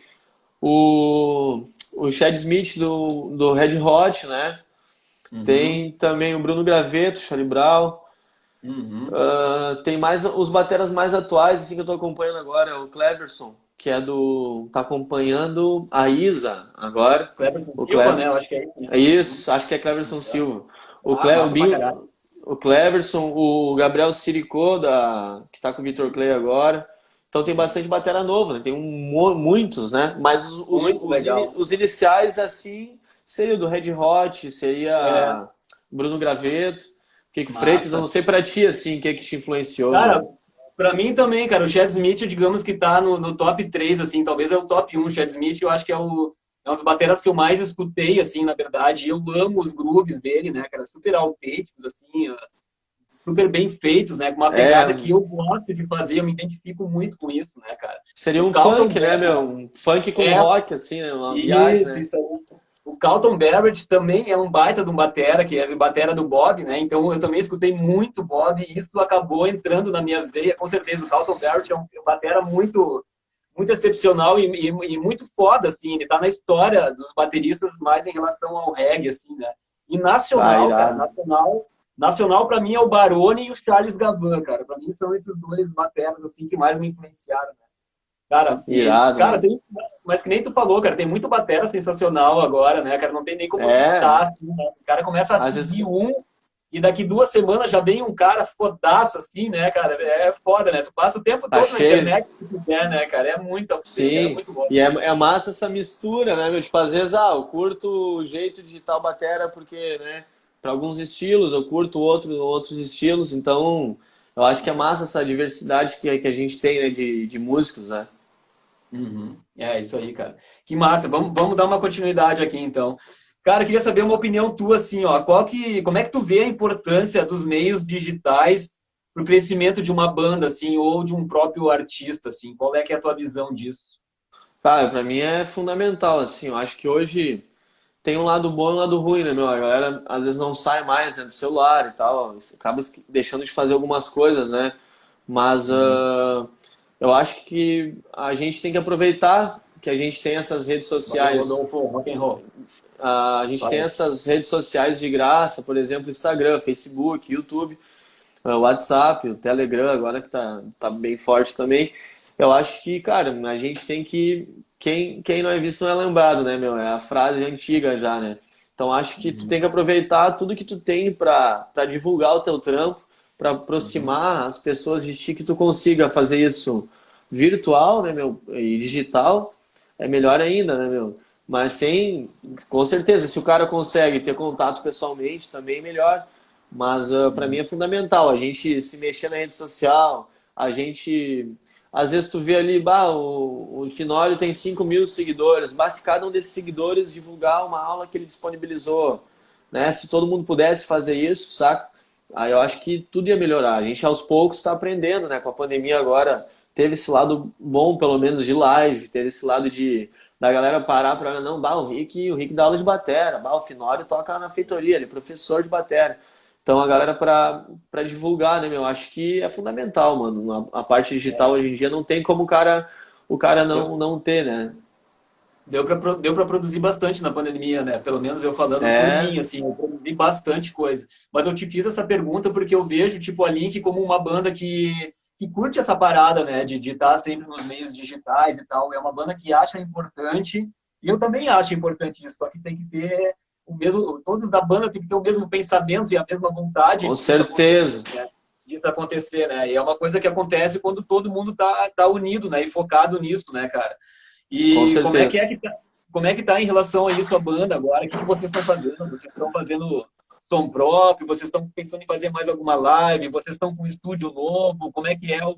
Speaker 2: o, o Chad Smith do, do Red Hot, né?
Speaker 1: uhum,
Speaker 2: Tem também o Bruno Graveto, Charlie Brown.
Speaker 1: uhum.
Speaker 2: Ah, tem mais os bateras mais atuais, assim, que eu tô acompanhando agora, é o Cleverson, que é do. Tá acompanhando a Isa agora.
Speaker 1: Kleber
Speaker 2: O
Speaker 1: Silva,
Speaker 2: Clever.
Speaker 1: né? Eu acho que é isso, né?
Speaker 2: É
Speaker 1: Uhum.
Speaker 2: isso, acho que é Cleverson Silva. O,
Speaker 1: Ah,
Speaker 2: Cle, o,
Speaker 1: massa pra
Speaker 2: Binho,
Speaker 1: caralho.
Speaker 2: o Cleverson, o Gabriel Siricô, da, que tá com o Vitor Clay agora. Então tem bastante batera nova, né? Tem um, mo- muitos, né? Mas os, os,
Speaker 1: Muito
Speaker 2: os, ini-
Speaker 1: legal.
Speaker 2: os iniciais, assim, seria o do Red Hot,
Speaker 1: É,
Speaker 2: seria Bruno Graveto. Kiko Freitas, eu não
Speaker 1: massa.
Speaker 2: sei pra ti, assim, o que que te influenciou,
Speaker 1: Cara,
Speaker 2: mano.
Speaker 1: pra mim também, cara, o Chad Smith, digamos que tá no, no top três assim, talvez é o top um. O Chad Smith, eu acho que é, o, é um dos bateras que eu mais escutei, assim, na verdade. Eu amo os grooves dele, né, cara, super autênticos, assim, uh, super bem feitos, né, com uma
Speaker 2: É,
Speaker 1: pegada que eu gosto de fazer, eu me identifico muito com isso, né, cara.
Speaker 2: seria
Speaker 1: O
Speaker 2: um
Speaker 1: Carlton
Speaker 2: funk, né,
Speaker 1: Barrett
Speaker 2: meu? Um funk com
Speaker 1: é
Speaker 2: rock, assim, né? Uma viagem,
Speaker 1: isso,
Speaker 2: né?
Speaker 1: isso aí. O Carlton Barrett também é um baita de um batera, que é batera do Bob, né? Então eu também escutei muito Bob e isso acabou entrando na minha veia, com certeza. O Carlton Barrett é um, é um batera muito, muito excepcional e, e, e muito foda, assim. Ele tá na história dos bateristas mais em relação ao reggae, assim, né? E
Speaker 2: Tá,
Speaker 1: nacional, cara,
Speaker 2: irado.
Speaker 1: nacional, nacional para mim é o Barone e o Charles Gavan, cara. Para mim são esses dois bateras assim que mais me influenciaram, né? Cara, e
Speaker 2: Irado,
Speaker 1: cara,
Speaker 2: mano.
Speaker 1: tem, mas que nem tu falou, cara, tem muito batera sensacional agora, né, cara? Não tem nem como
Speaker 2: É,
Speaker 1: listar, assim, né? O cara começa a
Speaker 2: às vezes.
Speaker 1: seguir um e daqui duas semanas já vem um cara fodaço, assim, né, cara? É foda, né? Tu passa o tempo
Speaker 2: Tá
Speaker 1: todo na
Speaker 2: cheio.
Speaker 1: internet se quiser, né, cara? É muita poder, cara,
Speaker 2: Sim,
Speaker 1: muito bom.
Speaker 2: e é, é massa essa mistura, né, meu? Tipo, às vezes, ah, eu curto o jeito de tal batera porque, né, para alguns estilos, eu curto outro, outros estilos, então eu acho que é massa essa diversidade que, que a gente tem, né, de, de músicos, né?
Speaker 1: Uhum. É isso aí, cara. Que massa. Vamos, vamos dar uma continuidade aqui, então. Cara, eu queria saber uma opinião tua, assim, ó. Qual que, como é que tu vê a importância dos meios digitais para o crescimento de uma banda, assim, ou de um próprio artista, assim? Qual é que é a tua visão disso?
Speaker 2: Cara, pra mim é fundamental, assim, eu acho que hoje tem um lado bom e um lado ruim, né, meu? A galera às vezes não sai mais, né, do celular e tal, acaba es- deixando de fazer algumas coisas, né? Mas
Speaker 1: Uhum.
Speaker 2: ah, eu acho que a gente tem que aproveitar que a gente tem essas redes
Speaker 1: Valeu,
Speaker 2: sociais.
Speaker 1: Rodolfo. Rock and roll.
Speaker 2: Ah, a gente tem
Speaker 1: Valeu.
Speaker 2: essas redes sociais de graça, por exemplo, Instagram, Facebook, YouTube, ah, WhatsApp, o Telegram, agora que tá, tá bem forte também. Eu acho que, cara, a gente tem que. Quem, quem não é visto não é lembrado, né, meu? É a frase antiga já, né? Então acho que tu
Speaker 1: Uhum.
Speaker 2: tem que aproveitar tudo que tu tem para para divulgar o teu trampo, para
Speaker 1: Uhum.
Speaker 2: aproximar as pessoas de ti, que tu consiga fazer isso virtual, né, meu? E digital, é melhor ainda, né, meu? Mas sem, com certeza, se o cara consegue ter contato pessoalmente, também é melhor. Mas uh, para mim
Speaker 1: Uhum.
Speaker 2: é fundamental a gente se mexer na rede social, a gente. Às vezes tu vê ali, bah, o, o Finório tem cinco mil seguidores, basta cada um desses seguidores divulgar uma aula que ele disponibilizou, né? Se todo mundo pudesse fazer isso, saca? Aí eu acho que tudo ia melhorar. A gente aos poucos está aprendendo, né? Com a pandemia agora teve esse lado bom, pelo menos de live, teve esse lado de da galera parar para não, bah, o Rick, o Rick dá aula de batera, bah, o Finório toca na feitoria, ele é professor de batera. Então a galera para para divulgar, né, meu? Acho que é fundamental, mano. A, a parte digital hoje em dia não tem como o cara o cara
Speaker 1: Deu,
Speaker 2: não não ter, né?
Speaker 1: deu para deu para produzir bastante na pandemia, né? Pelo menos eu falando por
Speaker 2: É,
Speaker 1: mim, assim, eu produzi bastante coisa. Mas eu te fiz essa pergunta porque eu vejo, tipo, a Link como uma banda que, que curte essa parada, né? De estar sempre nos meios digitais e tal. É uma banda que acha importante, e eu também acho importante isso, só que tem que ter o mesmo, todos da banda tem que ter o mesmo pensamento e a mesma vontade
Speaker 2: com
Speaker 1: disso acontecer,
Speaker 2: certeza.
Speaker 1: né? Isso acontecer, né? E é uma coisa que acontece quando todo mundo tá, tá unido, né? E focado nisso, né, cara?
Speaker 2: Com
Speaker 1: E como é que
Speaker 2: certeza.
Speaker 1: é que tá, como é que tá em relação a isso a banda agora? O que, que vocês estão fazendo? Vocês estão fazendo som próprio? Vocês estão pensando em fazer mais alguma live? Vocês estão com um estúdio novo? Como é que é o,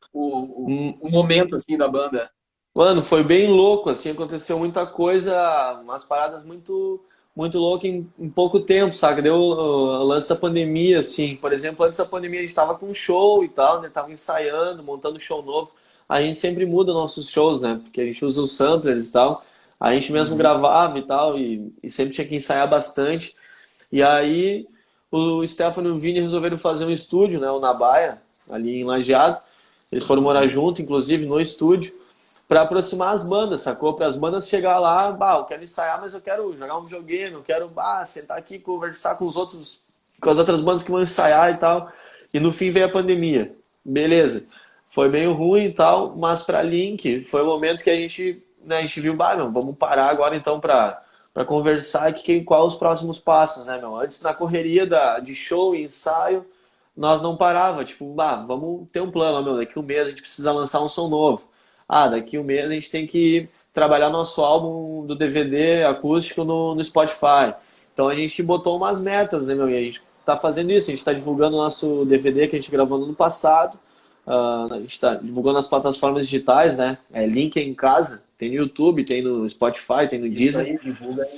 Speaker 1: o, o,
Speaker 2: Hum,
Speaker 1: o momento assim da banda?
Speaker 2: Mano, foi bem louco, assim, aconteceu muita coisa, umas paradas muito, muito loucas em, em pouco tempo, sabe? Deu uh, o lance da pandemia, assim, por exemplo, antes da pandemia a gente tava com um show e tal, né? Tava ensaiando, montando show novo. A gente sempre muda nossos shows, né? Porque a gente usa os samplers e tal. A gente mesmo
Speaker 1: Uhum.
Speaker 2: gravava e tal, e, e sempre tinha que ensaiar bastante. E aí o Stefano e o Vini resolveram fazer um estúdio, né? O Nabaia, ali em Lajeado. Eles foram morar
Speaker 1: Uhum.
Speaker 2: junto, inclusive, no estúdio para aproximar as bandas, sacou? Para as bandas chegar lá, bah, eu quero ensaiar, mas eu quero jogar um videogame, eu quero bah, sentar aqui e conversar com os outros, com as outras bandas que vão ensaiar e tal. E no fim veio a pandemia. Beleza. Foi meio ruim e tal, mas para Link foi o momento que a gente, né, a gente viu, bah, meu, vamos parar agora então para para conversar aqui que qual os próximos passos, né, meu? Antes na correria da de show e ensaio, nós não parava, tipo, bah, vamos ter um plano, meu, daqui um mês a gente precisa lançar um som novo. Ah, daqui um mês a gente tem que trabalhar nosso álbum do D V D acústico no, no Spotify. Então a gente botou umas metas, né, meu? E a gente tá fazendo isso, a gente tá divulgando o nosso D V D que a gente gravou no ano passado. Ah, a gente tá divulgando nas plataformas digitais, né? É Link em Casa, tem no YouTube, tem no Spotify, tem no
Speaker 1: Isso
Speaker 2: Deezer.
Speaker 1: aí, divulga aí.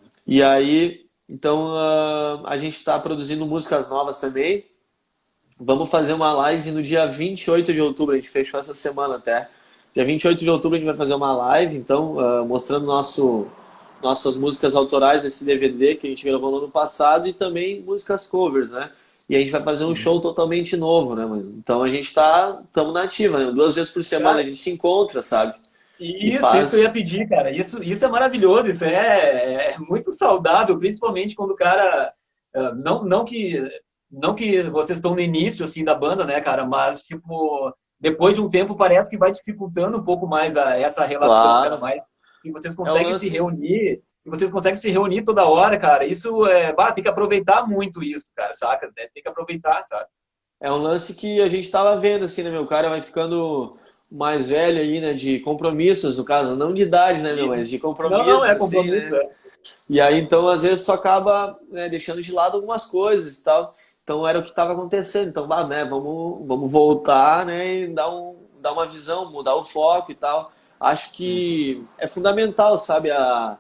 Speaker 2: E aí, então ah, a gente está produzindo músicas novas também. Vamos fazer uma live no dia vinte e oito de outubro, a gente fechou essa semana até. Dia vinte e oito de outubro a gente vai fazer uma live, então, uh, mostrando nosso, nossas músicas autorais desse D V D que a gente gravou no ano passado e também músicas covers, né? e a gente vai fazer um show totalmente novo, né, mano? Então a gente tá, tamo na ativa, né? Duas vezes por semana a
Speaker 1: Cara,
Speaker 2: gente se encontra, sabe? E
Speaker 1: isso, isso que eu ia
Speaker 2: faz.
Speaker 1: pedir, cara. Isso, isso é maravilhoso, isso é, é muito saudável, principalmente quando o cara. eh, Não, não que, não que vocês estão no início assim da banda, né, cara? Mas, tipo, depois de um tempo parece que vai dificultando um pouco mais a, essa relação, cara.
Speaker 2: Claro.
Speaker 1: Mas se vocês
Speaker 2: É um
Speaker 1: conseguem se
Speaker 2: lance.
Speaker 1: reunir, se vocês conseguem se reunir toda hora, cara, isso é. Bah, tem que aproveitar muito isso, cara, saca? Né? Tem que aproveitar, sabe?
Speaker 2: É um lance que a gente tava vendo, assim, né, meu? O cara vai ficando mais velho aí, né? De compromissos, no caso, não de idade, né, meu?
Speaker 1: Isso.
Speaker 2: Mas de
Speaker 1: Não, não,
Speaker 2: compromissos,
Speaker 1: é
Speaker 2: assim,
Speaker 1: compromisso,
Speaker 2: né?
Speaker 1: é.
Speaker 2: E aí, então, às vezes, tu acaba, né, deixando de lado algumas coisas e tal. Então, era o que estava acontecendo. Então, bah, né, vamos, vamos voltar, né, e dar, um, dar uma visão, mudar o foco e tal. Acho que é fundamental, sabe, a,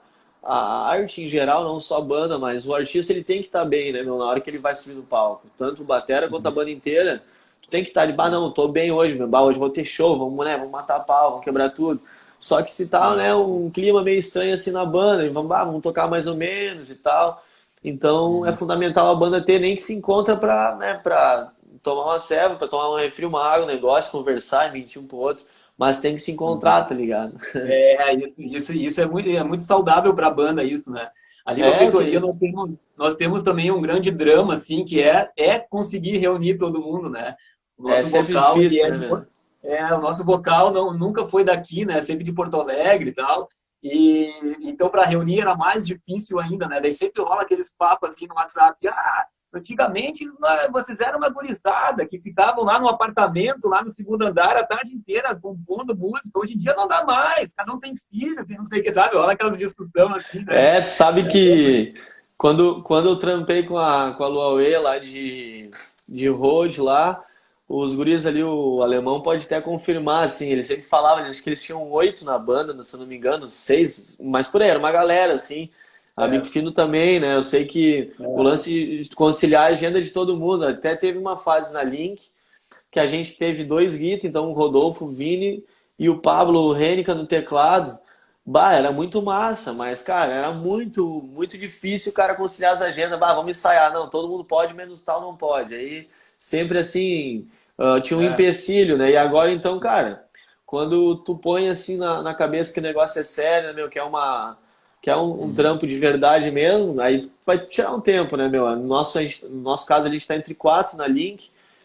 Speaker 2: a arte em geral, não só a banda, mas o artista ele tem que estar bem, né, meu, na hora que ele vai subir no palco. Tanto o batera quanto a banda inteira. Tu tem que estar de, bah, não, tô bem hoje, meu, bah, hoje vou ter show, vamos, né, vamos matar pau, vamos quebrar tudo. Só que se tá, né, um clima meio estranho assim na banda, e vamos, ah, vamos tocar mais ou menos e tal. Então é fundamental a banda ter nem que se encontra pra, né, pra tomar uma ceva, pra tomar um refri, uma água, um negócio, conversar, mentir um pro outro. Mas tem que se encontrar, tá ligado?
Speaker 1: É, isso, isso, isso é muito, é muito saudável para a banda, isso, né? Ali no
Speaker 2: É,
Speaker 1: Feitoria
Speaker 2: que
Speaker 1: nós temos, nós temos também um grande drama, assim, que é, é conseguir reunir todo mundo, né? O
Speaker 2: é
Speaker 1: nosso
Speaker 2: sempre
Speaker 1: vocal, ele
Speaker 2: difícil,
Speaker 1: é,
Speaker 2: né,
Speaker 1: de
Speaker 2: meu?
Speaker 1: Por- é, o nosso vocal não, nunca foi daqui, né? Sempre de Porto Alegre e tal. E então para reunir era mais difícil ainda, né? Daí sempre rola aqueles papos assim no WhatsApp, ah, antigamente vocês eram uma gurizada que ficavam lá no apartamento, lá no segundo andar, a tarde inteira compondo música. Hoje em dia não dá mais, cada um tem filho, tem não sei o que, sabe? Olha aquelas discussões assim, né?
Speaker 2: É, tu sabe que quando, quando eu trampei com a, com a Luauê lá de, de Road lá, os guris ali, o alemão pode até confirmar, assim, ele sempre falava, acho que eles tinham oito na banda, se eu não me engano, seis, mas por aí, era uma galera, assim, amigo
Speaker 1: É,
Speaker 2: fino também, né? Eu sei que o
Speaker 1: é,
Speaker 2: lance de conciliar a agenda de todo mundo, até teve uma fase na Link que a gente teve dois guitas, então o Rodolfo, o Vini e o Pablo Renica no teclado. Bah, era muito massa, mas, cara, era muito, muito difícil o cara conciliar as agendas. Bah, vamos ensaiar. Não, todo mundo pode, menos tal não pode. Aí, sempre assim, ah, tinha um
Speaker 1: é.
Speaker 2: empecilho, né? E agora, então, cara, quando tu põe assim na, na cabeça que o negócio é sério, né, meu, que é uma, que é um, um trampo de verdade mesmo, aí vai tirar um tempo, né, meu? No nosso, a gente- no nosso caso, a gente tá entre quatro na Link,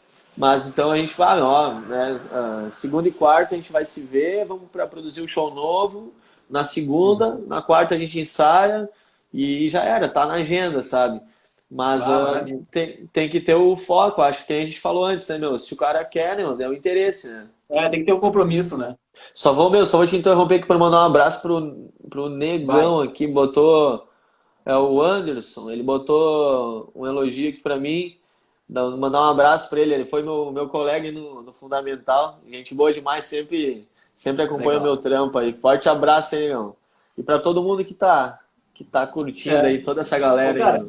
Speaker 2: mas então a gente vai, ó, né, ah, segunda e quarta a gente vai se ver, vamos para produzir um show novo. Na segunda, na quarta a gente ensaia e já era, tá na agenda, sabe? Mas
Speaker 1: Ah,
Speaker 2: ah,
Speaker 1: maravilha.
Speaker 2: tem, tem que ter o foco, acho que a gente falou antes, né, meu? Se o cara quer, né, meu, é o interesse, né?
Speaker 1: É, tem que ter um compromisso, né?
Speaker 2: Só vou, meu, só vou te interromper aqui para mandar um abraço pro, pro
Speaker 1: Vai.
Speaker 2: Negão aqui, botou, é o Anderson, ele botou um elogio aqui para mim. Dá- Mandar um abraço para ele. Ele foi meu, meu colega aí no, no Fundamental. Gente boa demais, sempre, sempre acompanha o meu
Speaker 1: Legal.
Speaker 2: trampo aí. Forte abraço aí, meu. E para todo mundo que tá, que tá curtindo
Speaker 1: É.
Speaker 2: aí, toda essa
Speaker 1: Ô,
Speaker 2: galera aí,
Speaker 1: cara,
Speaker 2: meu.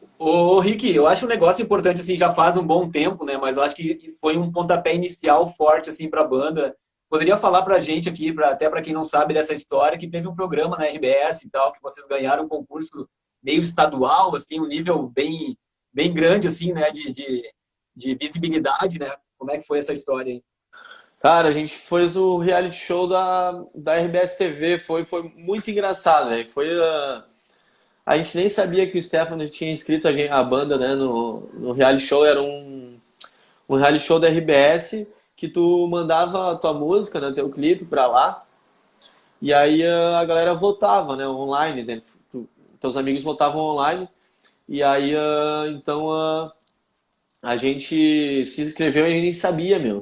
Speaker 1: ô, Rick, eu acho um negócio importante, assim, já faz um bom tempo, né? Mas eu acho que foi um pontapé inicial forte, assim, pra banda. Poderia falar pra gente aqui, pra, até pra quem não sabe dessa história, que teve um programa na R B S e tal, que vocês ganharam um concurso meio estadual, assim, um nível bem, bem grande, assim, né? De, de, de visibilidade, né? Como é que foi essa história aí?
Speaker 2: Cara, a gente fez o reality show da, da R B S T V. Foi, foi muito engraçado, velho. Foi, ah, a gente nem sabia que o Stefano tinha inscrito a, gente, a banda, né, no, no reality show. Era um, um reality show da R B S que tu mandava a tua música, né, teu clipe pra lá. E aí ah, a galera votava, né, online, né? Tu- teus amigos votavam online. E aí, ah, então, ah, a gente se inscreveu e a gente nem sabia, meu.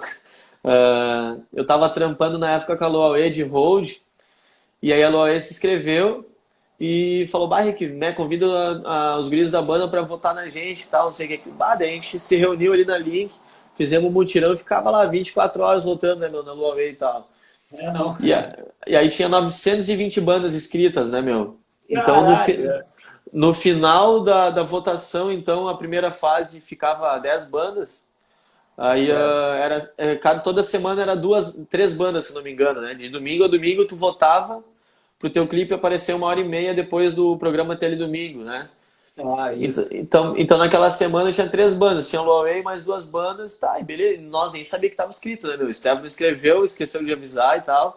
Speaker 2: Ah, eu tava trampando na época com a Loawe de Hold, e aí a Loawe se inscreveu e falou, bah, Rick, né, convida a- a- os guris da banda pra votar na gente e tal, não sei o que. Bah, daí a gente se reuniu ali na Link, fizemos um mutirão e ficava lá vinte e quatro horas votando, né, meu, na Loawe e tal.
Speaker 1: É, não.
Speaker 2: E, a- e aí tinha novecentas e vinte bandas inscritas, né, meu? Então, no,
Speaker 1: Caralho.
Speaker 2: fi-
Speaker 1: É.
Speaker 2: no final da, da votação, então, a primeira fase ficava dez bandas. Aí
Speaker 1: Certo.
Speaker 2: ah, era, é, cada, toda semana era duas, três bandas, se não me engano, né? De domingo a domingo tu votava pro teu clipe aparecer uma hora e meia depois do programa Teledomingo, né?
Speaker 1: Ah,
Speaker 2: Então,
Speaker 1: isso.
Speaker 2: então, então naquela semana tinha três bandas, tinha o Huawei mais duas bandas, tá, e beleza, nós nem sabia que estava escrito, né, meu? O Estevam escreveu, esqueceu de avisar e tal.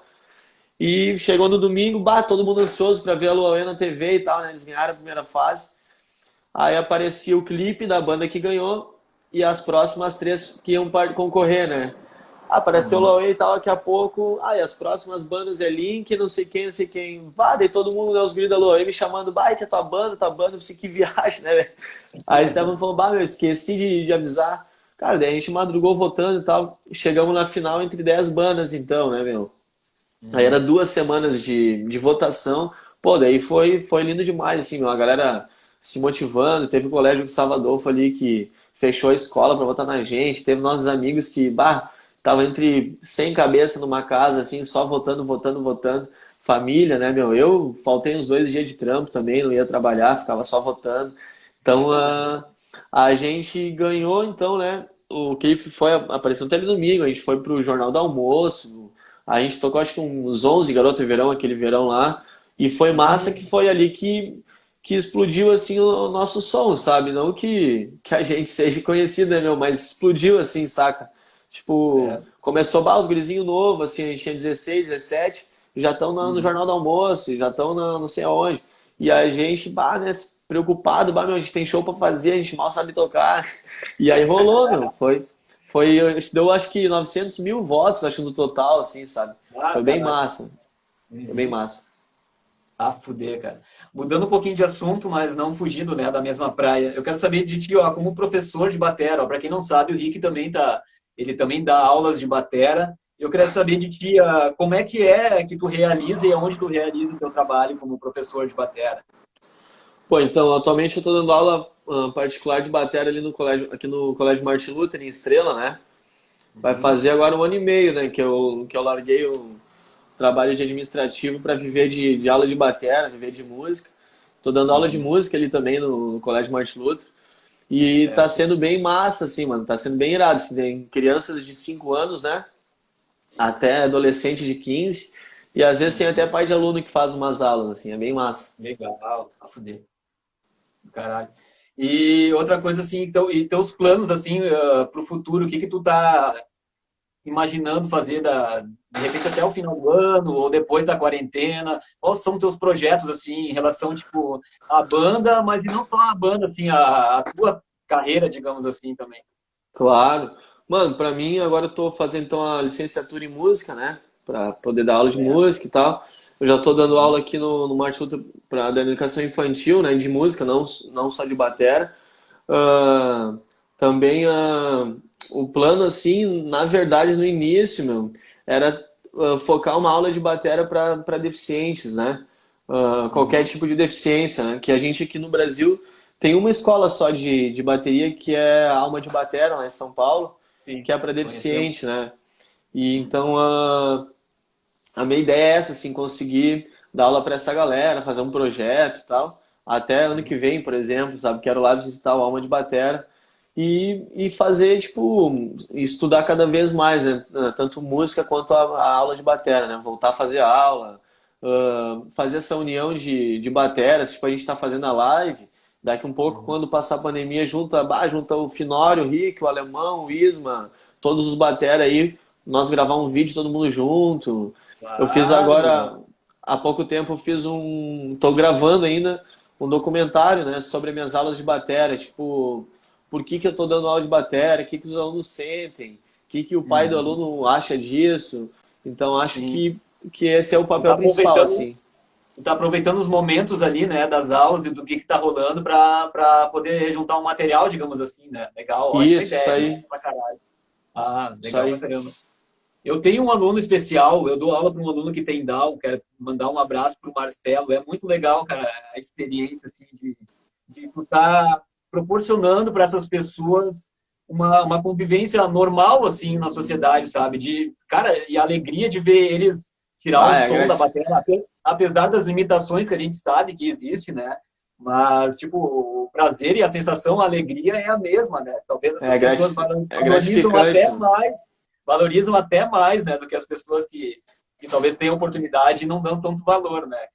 Speaker 2: E chegou no domingo, bah, todo mundo ansioso pra ver a Huawei na T V e tal, né? Eles ganharam a primeira fase. Aí aparecia o clipe da banda que ganhou e as próximas três que iam par- concorrer, né? Apareceu o
Speaker 1: Uhum.
Speaker 2: Huawei e tal, daqui a pouco. Ah, e as próximas bandas é Link, não sei quem, não sei quem. Vá, daí todo mundo, né, os guris da Huawei me chamando, bah, que é tua banda, tua banda, não sei que viagem, né, velho? Aí o Estevam falou, bah, meu, esqueci de, de avisar. Cara, daí a gente madrugou votando e tal. Chegamos na final entre dez bandas, então, né, meu? Aí era
Speaker 1: Uhum.
Speaker 2: duas semanas de, de votação. Pô, daí foi, foi lindo demais, assim, meu, a galera se motivando. Teve o colégio Gustavo Adolfo ali que fechou a escola para votar na gente. Teve nossos amigos que, bah, tava entre cem cabeças numa casa, assim, só votando, votando, votando. Família, né, meu? Eu faltei uns dois dias de trampo também, não ia trabalhar, ficava só votando. Então, a, a gente ganhou, então, né? O clipe foi, apareceu até no domingo, a gente foi pro Jornal do Almoço, a gente tocou acho que uns onze Garoto de Verão, aquele verão lá. E foi massa que
Speaker 1: Uhum.
Speaker 2: foi ali que, que explodiu assim o, o nosso som, sabe? Não que, que a gente seja conhecido, né, meu? Mas explodiu assim, saca? Tipo,
Speaker 1: Certo.
Speaker 2: começou bah, os gurizinhos novos, assim, a gente tinha dezesseis, dezessete, já estão no, no
Speaker 1: Uhum.
Speaker 2: Jornal do Almoço, já estão não sei aonde. E a gente, bah, né, preocupado, bah, meu, a gente tem show pra fazer, a gente mal sabe tocar. E aí rolou, meu. Foi, foi, deu acho que novecentos mil votos, acho, no total, assim, sabe?
Speaker 1: Ah,
Speaker 2: Foi bem
Speaker 1: caraca.
Speaker 2: massa. Foi bem
Speaker 1: Uhum.
Speaker 2: massa.
Speaker 1: Ah, fuder, cara. Mudando um pouquinho de assunto, mas não fugindo, né, da mesma praia. Eu quero saber de ti, ó, como professor de batera, ó, para quem não sabe, o Rick também tá, ele também dá aulas de batera. Eu quero saber de ti, ah, como é que é que tu realiza e aonde tu realiza o teu trabalho como professor de batera.
Speaker 2: Pô, então, atualmente eu tô dando aula ah, particular de bateria ali no colégio, aqui no Colégio Martin Luther, em Estrela, né? Vai
Speaker 1: Uhum.
Speaker 2: fazer agora um ano e meio, né, que eu, que eu larguei o trabalho de administrativo para viver de, de aula de bateria, viver de música. Tô dando aula de
Speaker 1: Uhum.
Speaker 2: música ali também no, no Colégio Martin Luther. E tá
Speaker 1: Certo.
Speaker 2: sendo bem massa, assim, mano. Tá sendo bem irado. Assim, tem crianças de cinco anos, né? Até adolescente de quinze. E às vezes tem até
Speaker 1: Uhum.
Speaker 2: pai de aluno que faz umas aulas, assim. É bem massa.
Speaker 1: Legal, a fuder. Caralho. E outra coisa assim, então, e teus planos assim para o futuro, o que que tu tá imaginando fazer da, de repente até o final do ano ou depois da quarentena? Quais são teus projetos assim em relação tipo à banda, mas e não só a banda assim, a, a tua carreira, digamos assim também.
Speaker 2: Claro. Mano, pra mim, agora eu tô fazendo então a licenciatura em música, né? Pra poder dar aula de
Speaker 1: Certo.
Speaker 2: música e tal. Eu já tô dando
Speaker 1: Uhum.
Speaker 2: aula aqui no, no Martin Luther pra dar educação infantil, né? De música, não, não só de batera. Ah, também ah, o plano, assim, na verdade, no início, meu, era ah, focar uma aula de batera para para deficientes, né? Ah, qualquer
Speaker 1: Uhum.
Speaker 2: tipo de deficiência, né? Que a gente aqui no Brasil tem uma escola só de, de bateria que é a Alma de Batera, lá em São Paulo,
Speaker 1: Sim,
Speaker 2: que é para
Speaker 1: conhecemos.
Speaker 2: deficiente, né? E
Speaker 1: Uhum.
Speaker 2: então a, a minha ideia é essa, assim, conseguir dar aula para essa galera, fazer um projeto e tal. Até ano que
Speaker 1: Uhum.
Speaker 2: vem, por exemplo, sabe? Quero lá visitar o Alma de Batera e, e fazer, tipo, estudar cada vez mais, né? Tanto música quanto a, a aula de batera, né? Voltar a fazer aula, ah, fazer essa união de, de bateras, tipo, a gente está fazendo a live. Daqui um pouco,
Speaker 1: Uhum.
Speaker 2: quando passar a pandemia, junta, bah, junta o Finório, o Rick, o Alemão, o Isma, todos os batera aí, nós gravar um vídeo todo mundo junto. Eu fiz
Speaker 1: Claro, meu.
Speaker 2: agora, há pouco tempo, eu fiz um. Tô gravando ainda um documentário, né, sobre as minhas aulas de bateria, tipo, por que que eu tô dando aula de bateria, o que que os alunos sentem, o que que o pai do
Speaker 1: Uhum.
Speaker 2: aluno acha disso. Então, acho
Speaker 1: Sim.
Speaker 2: que, que esse é o
Speaker 1: Tu tá
Speaker 2: papel principal,
Speaker 1: aproveitando
Speaker 2: assim.
Speaker 1: tá aproveitando os momentos ali, né, das aulas e do que que tá rolando para para poder juntar um material, digamos assim, né? Legal, ótima
Speaker 2: Isso, isso
Speaker 1: ideia, mano,
Speaker 2: aí,
Speaker 1: pra caralho. Ah,
Speaker 2: isso
Speaker 1: legal pra
Speaker 2: aí.
Speaker 1: caramba. Eu tenho um aluno especial, eu dou aula para um aluno que tem Down, quero mandar um abraço pro Marcelo. É muito legal, cara, a experiência assim de de tu tá proporcionando para essas pessoas uma, uma convivência normal assim na sociedade, sabe? De, cara, e a alegria de ver eles tirar o
Speaker 2: Ah, é
Speaker 1: som da
Speaker 2: grati...
Speaker 1: bateria, ape- apesar das limitações que a gente sabe que existe, né? Mas, tipo, o prazer e a sensação, a alegria é a mesma, né? Talvez essas
Speaker 2: é
Speaker 1: pessoas
Speaker 2: gratifi...
Speaker 1: valo-
Speaker 2: é
Speaker 1: valorizam
Speaker 2: gratificante,
Speaker 1: até
Speaker 2: né?
Speaker 1: mais, valorizam até mais, né, do que as pessoas que, que talvez tenham oportunidade e não dão tanto valor, né?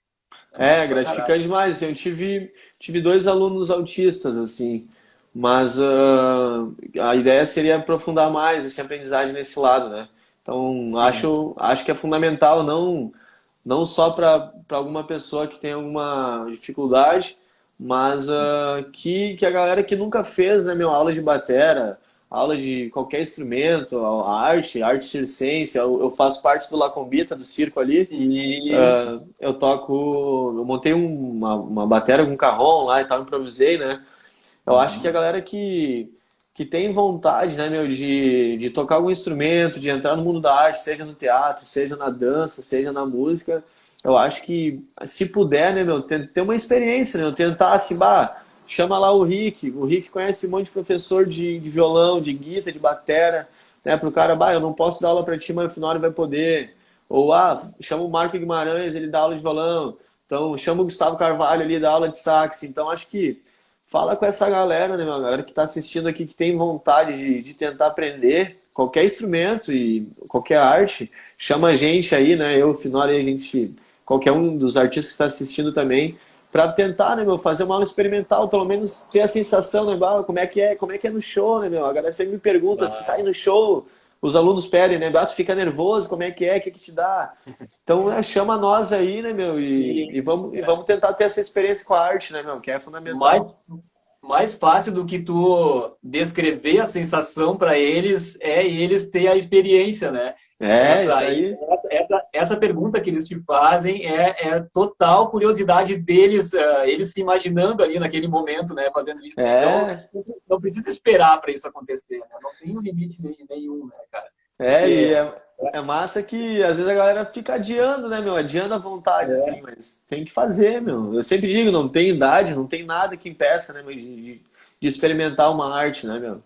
Speaker 1: É
Speaker 2: É
Speaker 1: massa pra caralho.
Speaker 2: gratificante demais. Assim, eu tive, tive dois alunos autistas, assim, mas ah, a ideia seria aprofundar mais essa aprendizagem nesse lado, né? Então,
Speaker 1: Sim.
Speaker 2: acho, acho que é fundamental não, não só para para alguma pessoa que tem alguma dificuldade, mas ah, que, que a galera que nunca fez, né, meu, aula de batera, aula de qualquer instrumento, a arte, arte circense, eu, eu faço parte do La Combita, do circo ali.
Speaker 1: Isso.
Speaker 2: Ah, eu toco, eu montei um- uma, uma bateria com carrom lá e tal, improvisei, né? Eu acho que a
Speaker 1: Uhum.
Speaker 2: galera que, que tem vontade, né, meu, de, de tocar algum instrumento, de entrar no mundo da arte, seja no teatro, seja na dança, seja na música, eu acho que, se puder, né, meu, ter, ter uma experiência, né, eu tentar, assim, bah, chama lá o Rick, o Rick conhece um monte de professor de, de violão, de guitarra, de batera, né, pro cara, bah, eu não posso dar aula pra ti, mas no final ele vai poder. Ou, ah, chama o Marco Guimarães, ele dá aula de violão. Então, chama o Gustavo Carvalho ali, dá aula de sax. Então, acho que fala com essa galera, né, meu? Galera que está assistindo aqui, que tem vontade de, de tentar aprender qualquer instrumento e qualquer arte, chama a gente aí, né? Eu, o Finório, a gente, qualquer um dos artistas que está assistindo também, para tentar, né, meu, fazer uma aula experimental, pelo menos ter a sensação, né, bah, como é que é, como é que é no show, né, meu? A galera sempre me pergunta se tá aí no show, os alunos pedem, né, bah, tu fica nervoso, como é que é, o que que te dá? Então, é, chama nós aí, né, meu, e,
Speaker 1: E
Speaker 2: e vamos, e
Speaker 1: é,
Speaker 2: vamos tentar ter essa experiência com a arte, né, meu, que é
Speaker 1: mais,
Speaker 2: fundamental.
Speaker 1: mais fácil do que tu descrever a sensação para eles é eles ter a experiência, né?
Speaker 2: É,
Speaker 1: Essa
Speaker 2: isso
Speaker 1: aí,
Speaker 2: aí.
Speaker 1: essa, essa, essa pergunta que eles te fazem é, é total curiosidade deles, uh, eles se imaginando ali naquele momento, né, fazendo isso. Então,
Speaker 2: É,
Speaker 1: não precisa esperar para isso acontecer, né? Não tem um limite nenhum, né, cara?
Speaker 2: é, e
Speaker 1: Porque
Speaker 2: é, é massa que às vezes a galera fica adiando, né, meu? Adiando a vontade, assim,
Speaker 1: é,
Speaker 2: mas tem que fazer, meu. Eu sempre digo, não tem idade, não tem nada que impeça, né, meu, de, de, de experimentar uma arte, né, meu?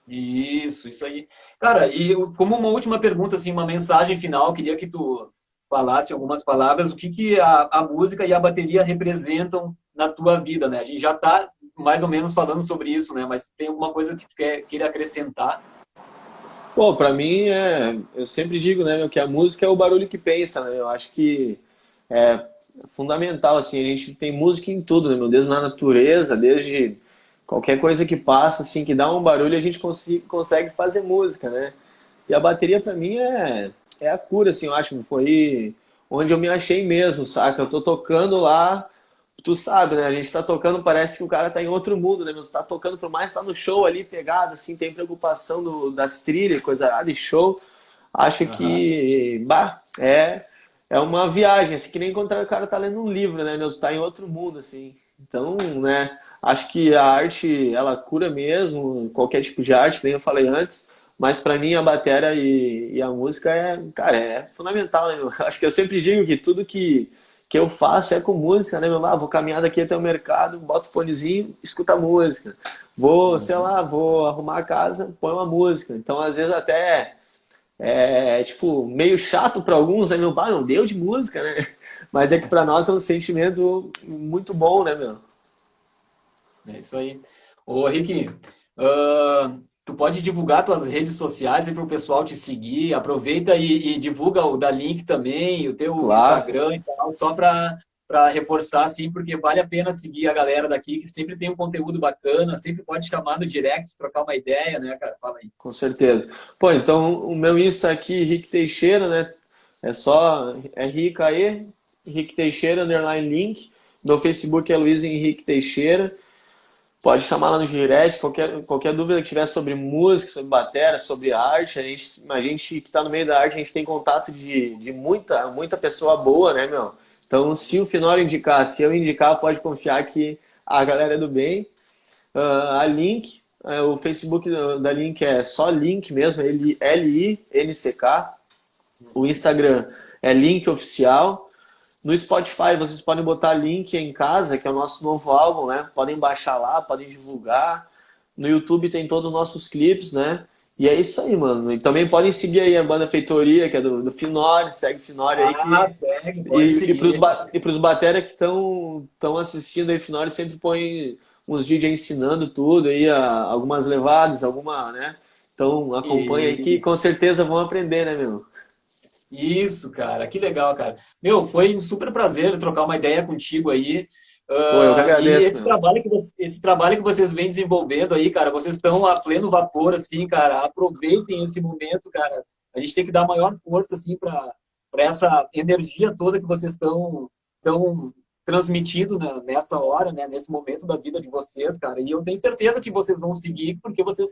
Speaker 1: isso, isso aí. Cara, e eu- como uma última pergunta, assim, uma mensagem final, queria que tu falasse algumas palavras, o que que a, a música e a bateria representam na tua vida, né? A gente já tá mais ou menos falando sobre isso, né? Mas tem alguma coisa que tu quer, queira acrescentar?
Speaker 2: Pô, pra mim, é, eu sempre digo, né, meu, que a música é o barulho que pensa, né? Eu acho que é fundamental, assim, a gente tem música em tudo, né, meu? Desde na natureza, desde qualquer coisa que passa, assim, que dá um barulho, a gente consi- consegue fazer música, né? E a bateria pra mim é, é a cura, assim, eu acho, foi onde eu me achei mesmo, saca? Eu tô tocando lá, tu sabe, né? A gente tá tocando, parece que o cara tá em outro mundo, né? Meu? Tu tá tocando, por mais tá no show ali, pegado, assim, tem preocupação do, das trilhas, coisa lá de show. Acho
Speaker 1: Aham.
Speaker 2: que, bah, é, é uma viagem, assim, que nem encontrar o cara tá lendo um livro, né? Meu? Tu tá em outro mundo, assim. Então, né? Acho que a arte, ela cura mesmo, qualquer tipo de arte, como eu falei antes. Mas pra mim a bateria e, e a música é, cara, é fundamental, né? Meu? Acho que eu sempre digo que tudo que que eu faço é com música, né, meu? Ah, vou caminhar daqui até o mercado, boto o fonezinho, escuta a música. Vou, sei
Speaker 1: Uhum.
Speaker 2: lá, vou arrumar a casa, põe uma música. Então, às vezes até é, tipo, meio chato para alguns, né, meu? Ah, não deu de música, né? Mas é que para nós é um sentimento muito bom, né, meu?
Speaker 1: É isso aí. Ô, Rick, ah, tu pode divulgar tuas redes sociais para o pessoal te seguir. Aproveita e, e divulga o da Link também, o teu
Speaker 2: Claro,
Speaker 1: Instagram e tal, só para para reforçar, assim, porque vale a pena seguir a galera daqui, que sempre tem um conteúdo bacana, sempre pode chamar no direct, trocar uma ideia, né, cara? Fala aí.
Speaker 2: com certeza. Pô, então o meu Insta aqui, Rick Teixeira, né? É só é Rick aí, Rick Teixeira, underline link. Meu Facebook é Luiz Henrique Teixeira. Pode chamar lá no direct, qualquer, qualquer dúvida que tiver sobre música, sobre bateria, sobre arte. A gente, a gente que está no meio da arte, a gente tem contato de, de muita, muita pessoa boa, né, meu? Então, se o Finório indicar, se eu indicar, pode confiar que a galera é do bem. Ah, a Link, é, o Facebook da da Link é só Link mesmo, L I N C K. O
Speaker 1: Uhum.
Speaker 2: Instagram é Link Oficial. No Spotify vocês podem botar link em casa, que é o nosso novo álbum, né? Podem baixar lá, podem divulgar. No YouTube tem todos os nossos clipes, né? E é isso aí, mano. E também podem seguir aí a banda Feitoria, que é do, do Finório, segue o Finório aí
Speaker 1: Ah,
Speaker 2: que.
Speaker 1: segue, pode
Speaker 2: E, e pros,
Speaker 1: seguir.
Speaker 2: ba- e pros batera que estão estão assistindo aí, Finório sempre põe uns vídeos ensinando tudo aí, a- algumas levadas, alguma, né? Então acompanha aí que
Speaker 1: E
Speaker 2: com certeza vão aprender, né, meu?
Speaker 1: Isso, cara, que legal, cara. Meu, foi um super prazer trocar uma ideia contigo aí.
Speaker 2: Pô, eu que
Speaker 1: Ah, e esse
Speaker 2: agradeço.
Speaker 1: trabalho que, vo- esse trabalho que vocês vêm desenvolvendo aí, cara, vocês estão a pleno vapor, assim, cara. Aproveitem esse momento, cara. A gente tem que dar maior força, assim, para para essa energia toda que vocês estão estão transmitindo, né, nessa hora, né, nesse momento da vida de vocês, cara. E eu tenho certeza que vocês vão seguir, porque vocês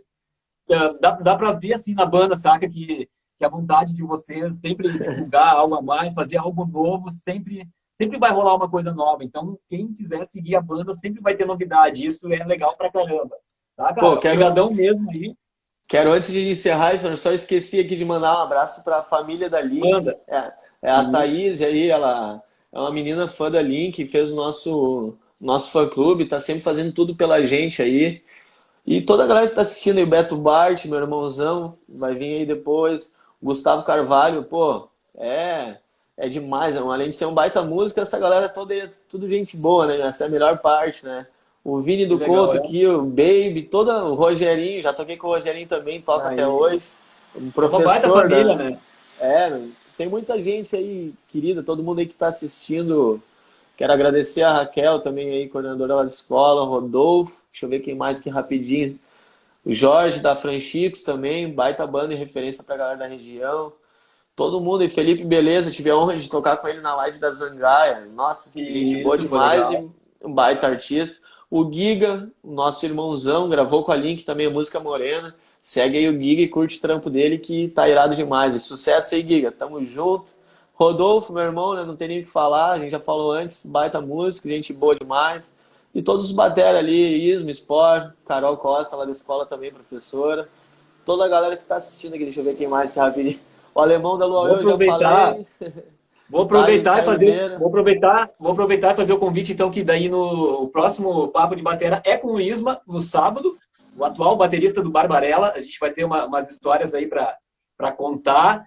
Speaker 1: é, dá, dá para ver assim na banda, saca? Que, que a vontade de vocês sempre divulgar algo a mais, fazer algo novo, sempre, sempre vai rolar uma coisa nova. Então, quem quiser seguir a banda sempre vai ter novidade. Isso é legal pra caramba. Tá,
Speaker 2: Pô,
Speaker 1: cara?
Speaker 2: quero,
Speaker 1: Obrigadão mesmo aí.
Speaker 2: quero antes de encerrar, eu só esqueci aqui de mandar um abraço para a família da Link.
Speaker 1: Manda.
Speaker 2: É, é a
Speaker 1: Isso.
Speaker 2: Thaís aí, ela é uma menina fã da Link, fez o nosso, nosso fã-clube, tá sempre fazendo tudo pela gente aí. E toda a galera que tá assistindo aí, o Beto Bart, meu irmãozão, vai vir aí depois. O Gustavo Carvalho, pô, é, é demais, né? Além de ser um baita música, essa galera toda é tudo gente boa, né? Essa é a melhor parte, né? O Vini
Speaker 1: Que
Speaker 2: do
Speaker 1: legal,
Speaker 2: Couto
Speaker 1: é?
Speaker 2: aqui, o Baby, toda, o Rogerinho, já toquei com o Rogerinho também, toca até
Speaker 1: Aí.
Speaker 2: hoje. Um
Speaker 1: É uma baita
Speaker 2: professor
Speaker 1: família,
Speaker 2: da.
Speaker 1: né?
Speaker 2: É, tem muita gente aí querida, todo mundo aí que tá assistindo. Quero agradecer a Raquel também aí, coordenadora lá da escola, o Rodolfo, deixa eu ver quem mais aqui rapidinho. O Jorge da Franchicos também, baita banda e referência pra galera da região. Todo mundo, e Felipe Beleza, tive a honra de tocar com ele na live da Zangaia. Nossa, gente boa
Speaker 1: Isso, foi
Speaker 2: demais e
Speaker 1: legal.
Speaker 2: um baita artista. O Giga, o nosso irmãozão, gravou com a Link também a música Morena. Segue aí o Giga e curte o trampo dele que tá irado demais. E sucesso aí, Giga. Tamo junto. Rodolfo, meu irmão, né? Não tem nem o que falar, a gente já falou antes, baita música, gente boa demais. E todos os batera ali, Ismo, Sport, Carol Costa lá da escola também, professora. Toda a galera que tá assistindo aqui, deixa eu ver quem mais que é rapidinho. O alemão da Lua
Speaker 1: Vou
Speaker 2: eu já
Speaker 1: aproveitar.
Speaker 2: falei.
Speaker 1: Vou
Speaker 2: O Thales
Speaker 1: aproveitar e fazer,
Speaker 2: Carneiro.
Speaker 1: vou aproveitar, vou aproveitar e fazer o convite, então, que daí no o próximo Papo de Batera é com o Isma, no sábado, o atual baterista do Barbarella. A gente vai ter uma- umas histórias aí para contar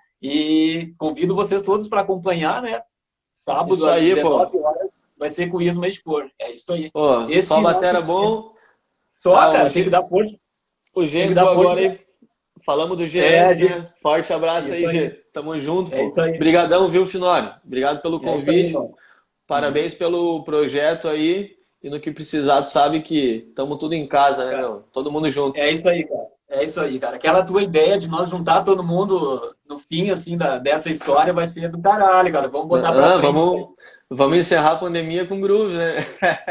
Speaker 1: e convido vocês todos para acompanhar, né? Sábado
Speaker 2: Isso
Speaker 1: às
Speaker 2: aí, pô.
Speaker 1: dezenove horas vai ser com o Isma Expor. É isso aí.
Speaker 2: Pô, só
Speaker 1: Esse nosso
Speaker 2: batera bom.
Speaker 1: só,
Speaker 2: Ah, o,
Speaker 1: cara, tem que
Speaker 2: G,
Speaker 1: dar força,
Speaker 2: o G
Speaker 1: tem que dar
Speaker 2: entrou
Speaker 1: força.
Speaker 2: agora aí. Falamos do G
Speaker 1: É,
Speaker 2: antes,
Speaker 1: Gi,
Speaker 2: né? Forte abraço
Speaker 1: isso
Speaker 2: aí,
Speaker 1: aí.
Speaker 2: G. Tamo junto,
Speaker 1: É
Speaker 2: pô.
Speaker 1: isso aí.
Speaker 2: Obrigadão, viu, Finório? Obrigado pelo
Speaker 1: É isso aí,
Speaker 2: convite.
Speaker 1: irmão.
Speaker 2: Parabéns pelo projeto aí. E no que precisar, tu sabe que tamo tudo em casa, né, meu? Todo mundo junto.
Speaker 1: É isso aí, cara. É isso aí, cara. Aquela tua ideia de nós juntar todo mundo no fim, assim, da, dessa história vai ser do caralho, cara. Vamos botar pra
Speaker 2: Ah,
Speaker 1: frente isso aí.
Speaker 2: vamos, vamos encerrar a pandemia com groove, né?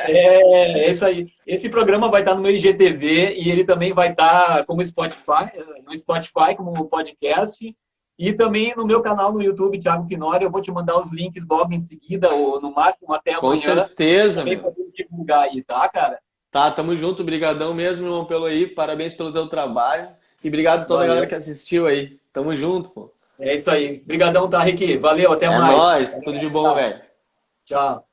Speaker 1: É, é isso aí. Esse programa vai estar no meu I G T V e ele também vai estar como Spotify, no Spotify como podcast e também no meu canal no YouTube, Thiago Finório. Eu vou te mandar os links logo em seguida, ou no máximo até
Speaker 2: Com
Speaker 1: amanhã,
Speaker 2: certeza,
Speaker 1: também
Speaker 2: meu.
Speaker 1: para divulgar aí, tá, cara?
Speaker 2: Tá, tamo junto, brigadão mesmo, irmão, pelo aí. Parabéns pelo teu trabalho. E obrigado a toda a galera que
Speaker 1: Valeu.
Speaker 2: assistiu aí. Tamo junto, pô.
Speaker 1: É isso aí. Obrigadão, tá, Ricky? Valeu, até
Speaker 2: É
Speaker 1: mais.
Speaker 2: nóis, tudo de bom, velho.
Speaker 1: Tchau.